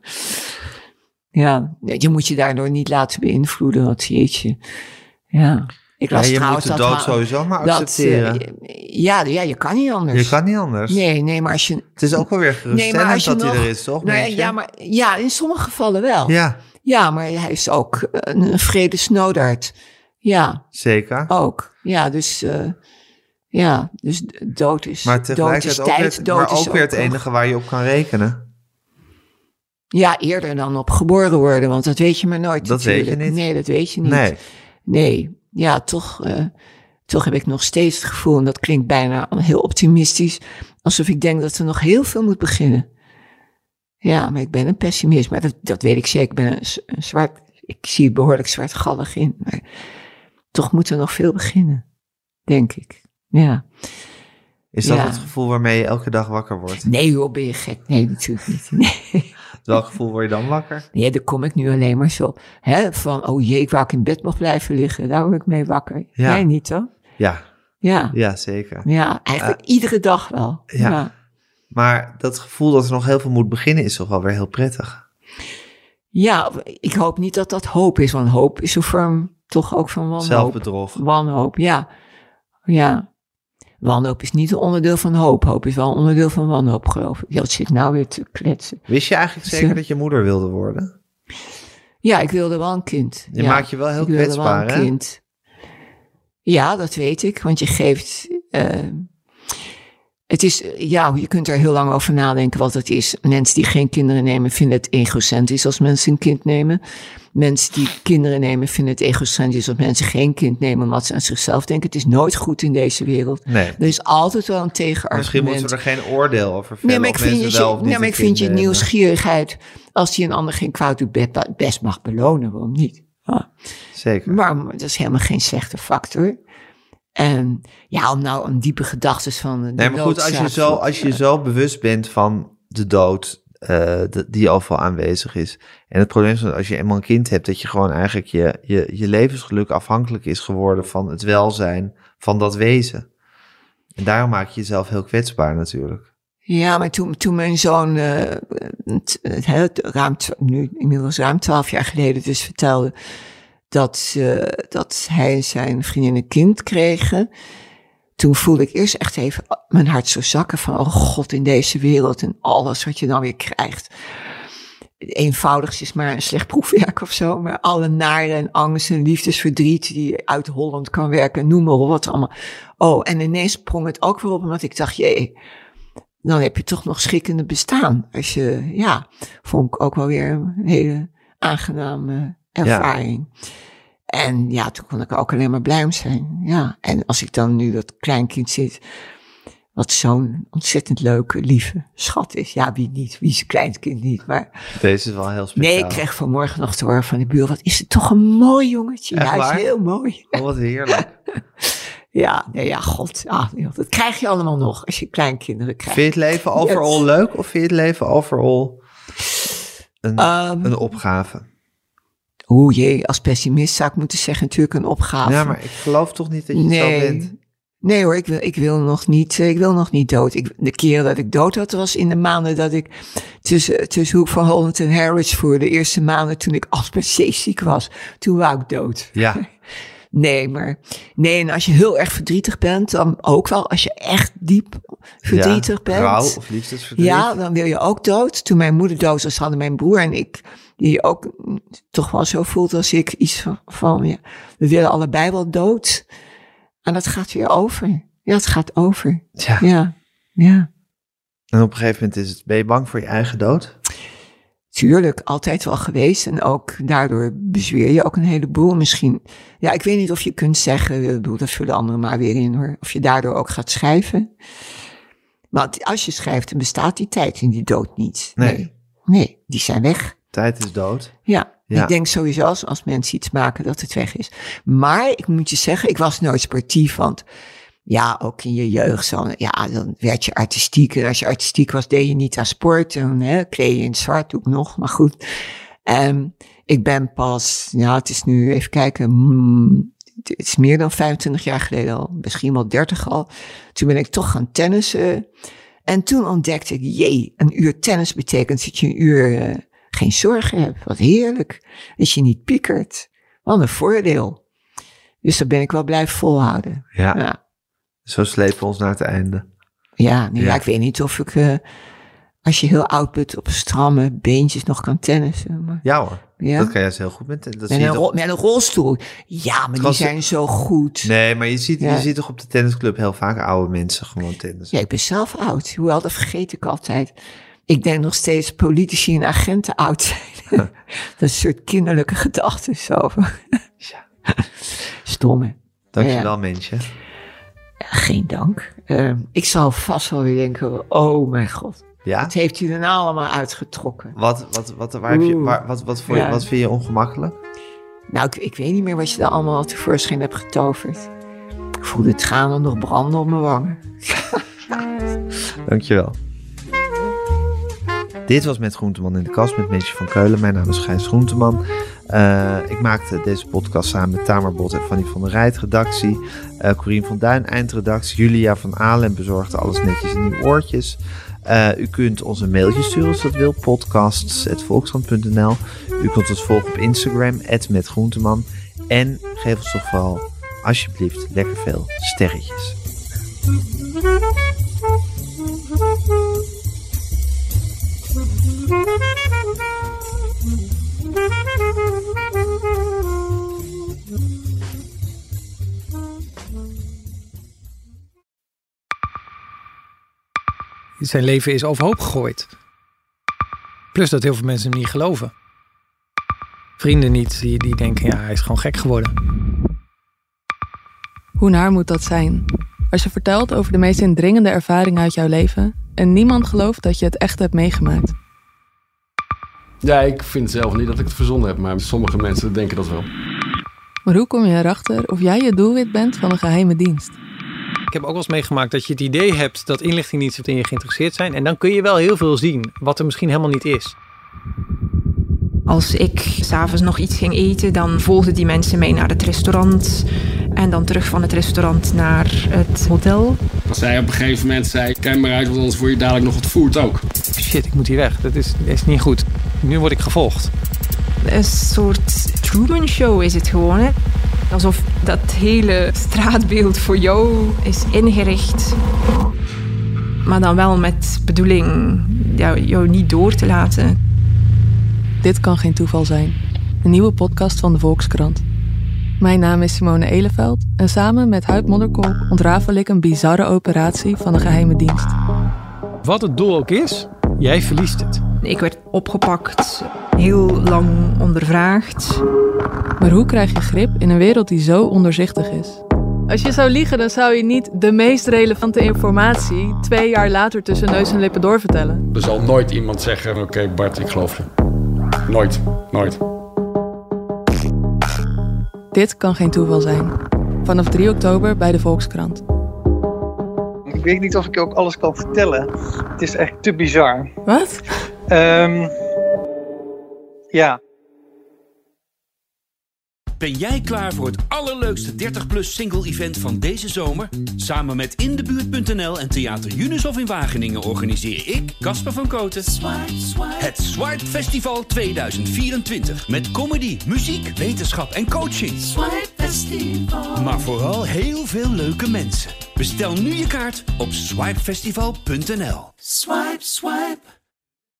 Ja, je moet je daardoor niet laten beïnvloeden, wat jeetje. Ja, ik las ja, je trouwens moet de dat dood sowieso maar accepteren. Dat, uh, ja, ja, je kan niet anders. Je kan niet anders. Nee, nee, maar als je... Het is ook wel weer geruststellend nee, dat nog, hij er is, toch? Nou, ja, maar, ja, in sommige gevallen wel. Ja. Ja, maar hij is ook een, een vredesnodaard. Ja. Zeker. Ook. Ja, dus... Uh, ja, dus dood is, maar dood is ook tijd. weer, dood maar is ook weer het enige waar je op kan rekenen. Ja, eerder dan op geboren worden, want dat weet je maar nooit. Dat natuurlijk. weet je niet. Nee, dat weet je niet. Nee. Nee, ja, toch, uh, toch heb ik nog steeds het gevoel, en dat klinkt bijna heel optimistisch, alsof ik denk dat er nog heel veel moet beginnen. Ja, maar ik ben een pessimist, maar dat, dat weet ik zeker. Ik ben een, een zwart, ik zie behoorlijk zwartgallig in, maar toch moet er nog veel beginnen, denk ik. Ja. Is dat ja. het gevoel waarmee je elke dag wakker wordt? Nee joh, ben je gek? Nee, natuurlijk niet. Nee. Welk gevoel word je dan wakker? Nee, daar kom ik nu alleen maar zo. Hè, van, oh jee, ik wou ik in bed nog blijven liggen. Daar word ik mee wakker. Ja. Jij niet, toch? Ja. Ja. Ja, zeker. Ja, eigenlijk uh, iedere dag wel. Ja. ja. Maar dat gevoel dat er nog heel veel moet beginnen is toch wel weer heel prettig? Ja, ik hoop niet dat dat hoop is. Want hoop is een vorm toch ook van wanhoop. Zelfbedrog. Wanhoop, ja. Ja. Wanhoop is niet een onderdeel van hoop. Hoop is wel een onderdeel van wanhoop, geloof ik. Dat zit nou weer te kletsen. Wist je eigenlijk zeker dat je moeder wilde worden? Ja, ik wilde wel een kind. Je ja. maakt je wel heel ik kwetsbaar, wilde wel een hè? Kind. Ja, dat weet ik. Want je geeft... Uh, het is... Ja, je kunt er heel lang over nadenken wat het is. Mensen die geen kinderen nemen vinden het egocentrisch als mensen een kind nemen. Mensen die kinderen nemen vinden het egocentrisch als mensen geen kind nemen, omdat ze aan zichzelf denken. Het is nooit goed in deze wereld. Nee. Er is altijd wel een tegenargument. Misschien moeten we er geen oordeel over vellen. Nee, maar ik vind je, wel nee, maar ik vind je nieuwsgierigheid, als die een ander geen kwaad doet, best mag belonen. Waarom niet? Ah. Zeker. Maar dat is helemaal geen slechte factor. En ja, om nou een diepe gedachten van de Nee, maar goed, als je zo, als je zo bewust bent van de dood, uh, de, die overal aanwezig is. En het probleem is dat als je eenmaal een kind hebt, dat je gewoon eigenlijk je, je, je levensgeluk afhankelijk is geworden van het welzijn van dat wezen. En daarom maak je jezelf heel kwetsbaar natuurlijk. Ja, maar toen, toen mijn zoon, uh, het, het, ruim, nu inmiddels ruim twaalf jaar geleden dus vertelde dat, uh, dat hij en zijn vriendin een kind kregen, toen voelde ik eerst echt even mijn hart zo zakken van, oh god, in deze wereld en alles wat je dan weer krijgt. Eenvoudigst is maar een slecht proefwerk of zo, maar alle nare en angst en liefdesverdriet die uit Holland kan werken, noem maar op, wat allemaal. Oh, en ineens sprong het ook weer op, omdat ik dacht, jee, dan heb je toch nog schikkende bestaan. Als je, ja, vond ik ook wel weer een hele aangename ervaring. Ja. En ja, toen kon ik ook alleen maar blij om zijn. Ja, en als ik dan nu dat kleinkind zit, Wat zo'n ontzettend leuke, lieve schat is. Ja, wie niet? Wie is een kleinkind niet? Maar deze is wel heel speciaal. Nee, ik kreeg vanmorgen nog te horen van de buur. Wat is het toch een mooi jongetje. Echt ja, waar? Hij is heel mooi. Oh, wat heerlijk. ja, nee, ja, god. Ah, dat krijg je allemaal nog als je kleinkinderen krijgt. Vind je het leven overal leuk of vind je het leven overal een, um, een opgave? Oeh jee, als pessimist zou ik moeten zeggen natuurlijk een opgave. Ja, maar ik geloof toch niet dat je nee. het zo bent? Nee hoor, ik wil, ik wil nog niet, ik wil nog niet dood. Ik, de keer dat ik dood had was in de maanden dat ik tussen, tussen Hoek van Holland en Harwich voer. De eerste maanden toen ik astmazeeziek was. Toen wou ik dood. Ja. Nee, maar nee, en als je heel erg verdrietig bent, dan ook wel. Als je echt diep verdrietig ja, bent. Rouw of liefdesverdriet. Ja, dan wil je ook dood. Toen mijn moeder dood was, hadden mijn broer en ik, die ook toch wel zo voelt als ik, iets van, van ja, we willen allebei wel dood. En dat gaat weer over. Ja, het gaat over. Ja. Ja, ja. En op een gegeven moment is het, ben je bang voor je eigen dood? Tuurlijk, altijd wel geweest. En ook daardoor bezweer je ook een heleboel. Misschien, ja, ik weet niet of je kunt zeggen, ik bedoel, dat vullen anderen maar weer in hoor. Of je daardoor ook gaat schrijven. Want als je schrijft, dan bestaat die tijd in die dood niet. Nee. Nee, nee die zijn weg. Tijd is dood. Ja. Ja. Ik denk sowieso als, als mensen iets maken dat het weg is. Maar ik moet je zeggen, ik was nooit sportief, want ja, ook in je jeugd, zo, ja, dan werd je artistiek. En als je artistiek was, deed je niet aan sport. En hè, kleed je in het zwart, doe ik nog, maar goed. Um, ik ben pas, ja, het is nu, even kijken, mm, het is meer dan vijfentwintig jaar geleden al, misschien wel dertig al. Toen ben ik toch gaan tennissen. En toen ontdekte ik, jee, een uur tennis betekent dat je een uur... Uh, geen zorgen hebt. Wat heerlijk. Dat je niet piekert. Wat een voordeel. Dus daar ben ik wel blijven volhouden. Ja. Ja. Zo slepen we ons naar het einde. Ja, nee, ja. ja ik weet niet of ik, uh, als je heel oud bent, op stramme beentjes nog kan tennissen. Maar, ja hoor. Ja? Dat kan jij heel goed met. Dat met, zie een je ro- met een rolstoel. Ja, maar die zijn zo goed. Nee, maar je ziet, ja. je ziet toch op de tennisclub heel vaak oude mensen gewoon tennissen. Ja, ik ben zelf oud. Hoewel, dat vergeet ik altijd. Ik denk nog steeds politici en agenten oud zijn. Huh. Dat is een soort kinderlijke gedachte zo. Ja. Stomme. Dankjewel, ja. mensje. Ja, geen dank. Uh, ik zal vast wel weer denken, oh mijn god. Ja? Wat heeft u er nou allemaal uitgetrokken? Wat, wat, wat, waar heb je, waar, wat, wat, voor, ja. wat vind je ongemakkelijk? Nou, ik, ik weet niet meer wat je daar allemaal tevoorschijn hebt getoverd. Ik voelde het tranen nog branden op mijn wangen. Dankjewel. Dit was Met Groenteman in de Kast met Mensje van Keulen. Mijn naam is Gijs Groenteman. Uh, ik maakte deze podcast samen met Tamar Bot en Fanny van der Rijt, redactie. Uh, Corien van Duin, eindredactie. Julia van Aalen bezorgde alles netjes in uw oortjes. Uh, u kunt ons een mailtje sturen als dat wil. podcasts at volkskrant punt n l. U kunt ons volgen op Instagram, at met Groenteman. En geef ons toch vooral, alsjeblieft, lekker veel sterretjes. Zijn leven is overhoop gegooid. Plus dat heel veel mensen hem niet geloven. Vrienden niet, die, die denken, ja, hij is gewoon gek geworden. Hoe naar moet dat zijn? Als je vertelt over de meest indringende ervaring uit jouw leven en niemand gelooft dat je het echt hebt meegemaakt. Ja, ik vind zelf niet dat ik het verzonnen heb, maar sommige mensen denken dat wel. Maar hoe kom je erachter of jij het doelwit bent van een geheime dienst? Ik heb ook wel eens meegemaakt dat je het idee hebt dat inlichtingendiensten in je geïnteresseerd zijn. En dan kun je wel heel veel zien, wat er misschien helemaal niet is. Als ik 's avonds nog iets ging eten, dan volgden die mensen mij naar het restaurant. En dan terug van het restaurant naar het hotel. Als zij op een gegeven moment zei, kijk maar uit, want anders word je dadelijk nog wat voert ook. Shit, ik moet hier weg. Dat is, dat is niet goed. Nu word ik gevolgd. Een soort Truman Show is het gewoon, hè. Alsof dat hele straatbeeld voor jou is ingericht. Maar dan wel met bedoeling jou, jou niet door te laten. Dit kan geen toeval zijn. Een nieuwe podcast van de Volkskrant. Mijn naam is Simone Eleveld en samen met Huid Modderkolk ontrafel ik een bizarre operatie van de geheime dienst. Wat het doel ook is, jij verliest het. Ik werd opgepakt, heel lang ondervraagd. Maar hoe krijg je grip in een wereld die zo ondoorzichtig is? Als je zou liegen, dan zou je niet de meest relevante informatie twee jaar later tussen neus en lippen doorvertellen. Er zal nooit iemand zeggen, oké okay, Bart, ik geloof je. Nooit, nooit. Dit kan geen toeval zijn. Vanaf drie oktober bij de Volkskrant. Ik weet niet of ik je ook alles kan vertellen. Het is echt te bizar. Wat? Um, ja. Ben jij klaar voor het allerleukste dertig plus single event van deze zomer? Samen met in de buurt punt n l en Theater Junushof in Wageningen organiseer ik, Casper van Koten, Swipe, Swipe. Het Swipe Festival tweeduizend vierentwintig. Met comedy, muziek, wetenschap en coaching. Swipe Festival. Maar vooral heel veel leuke mensen. Bestel nu je kaart op swipe festival punt n l. Swipe, swipe.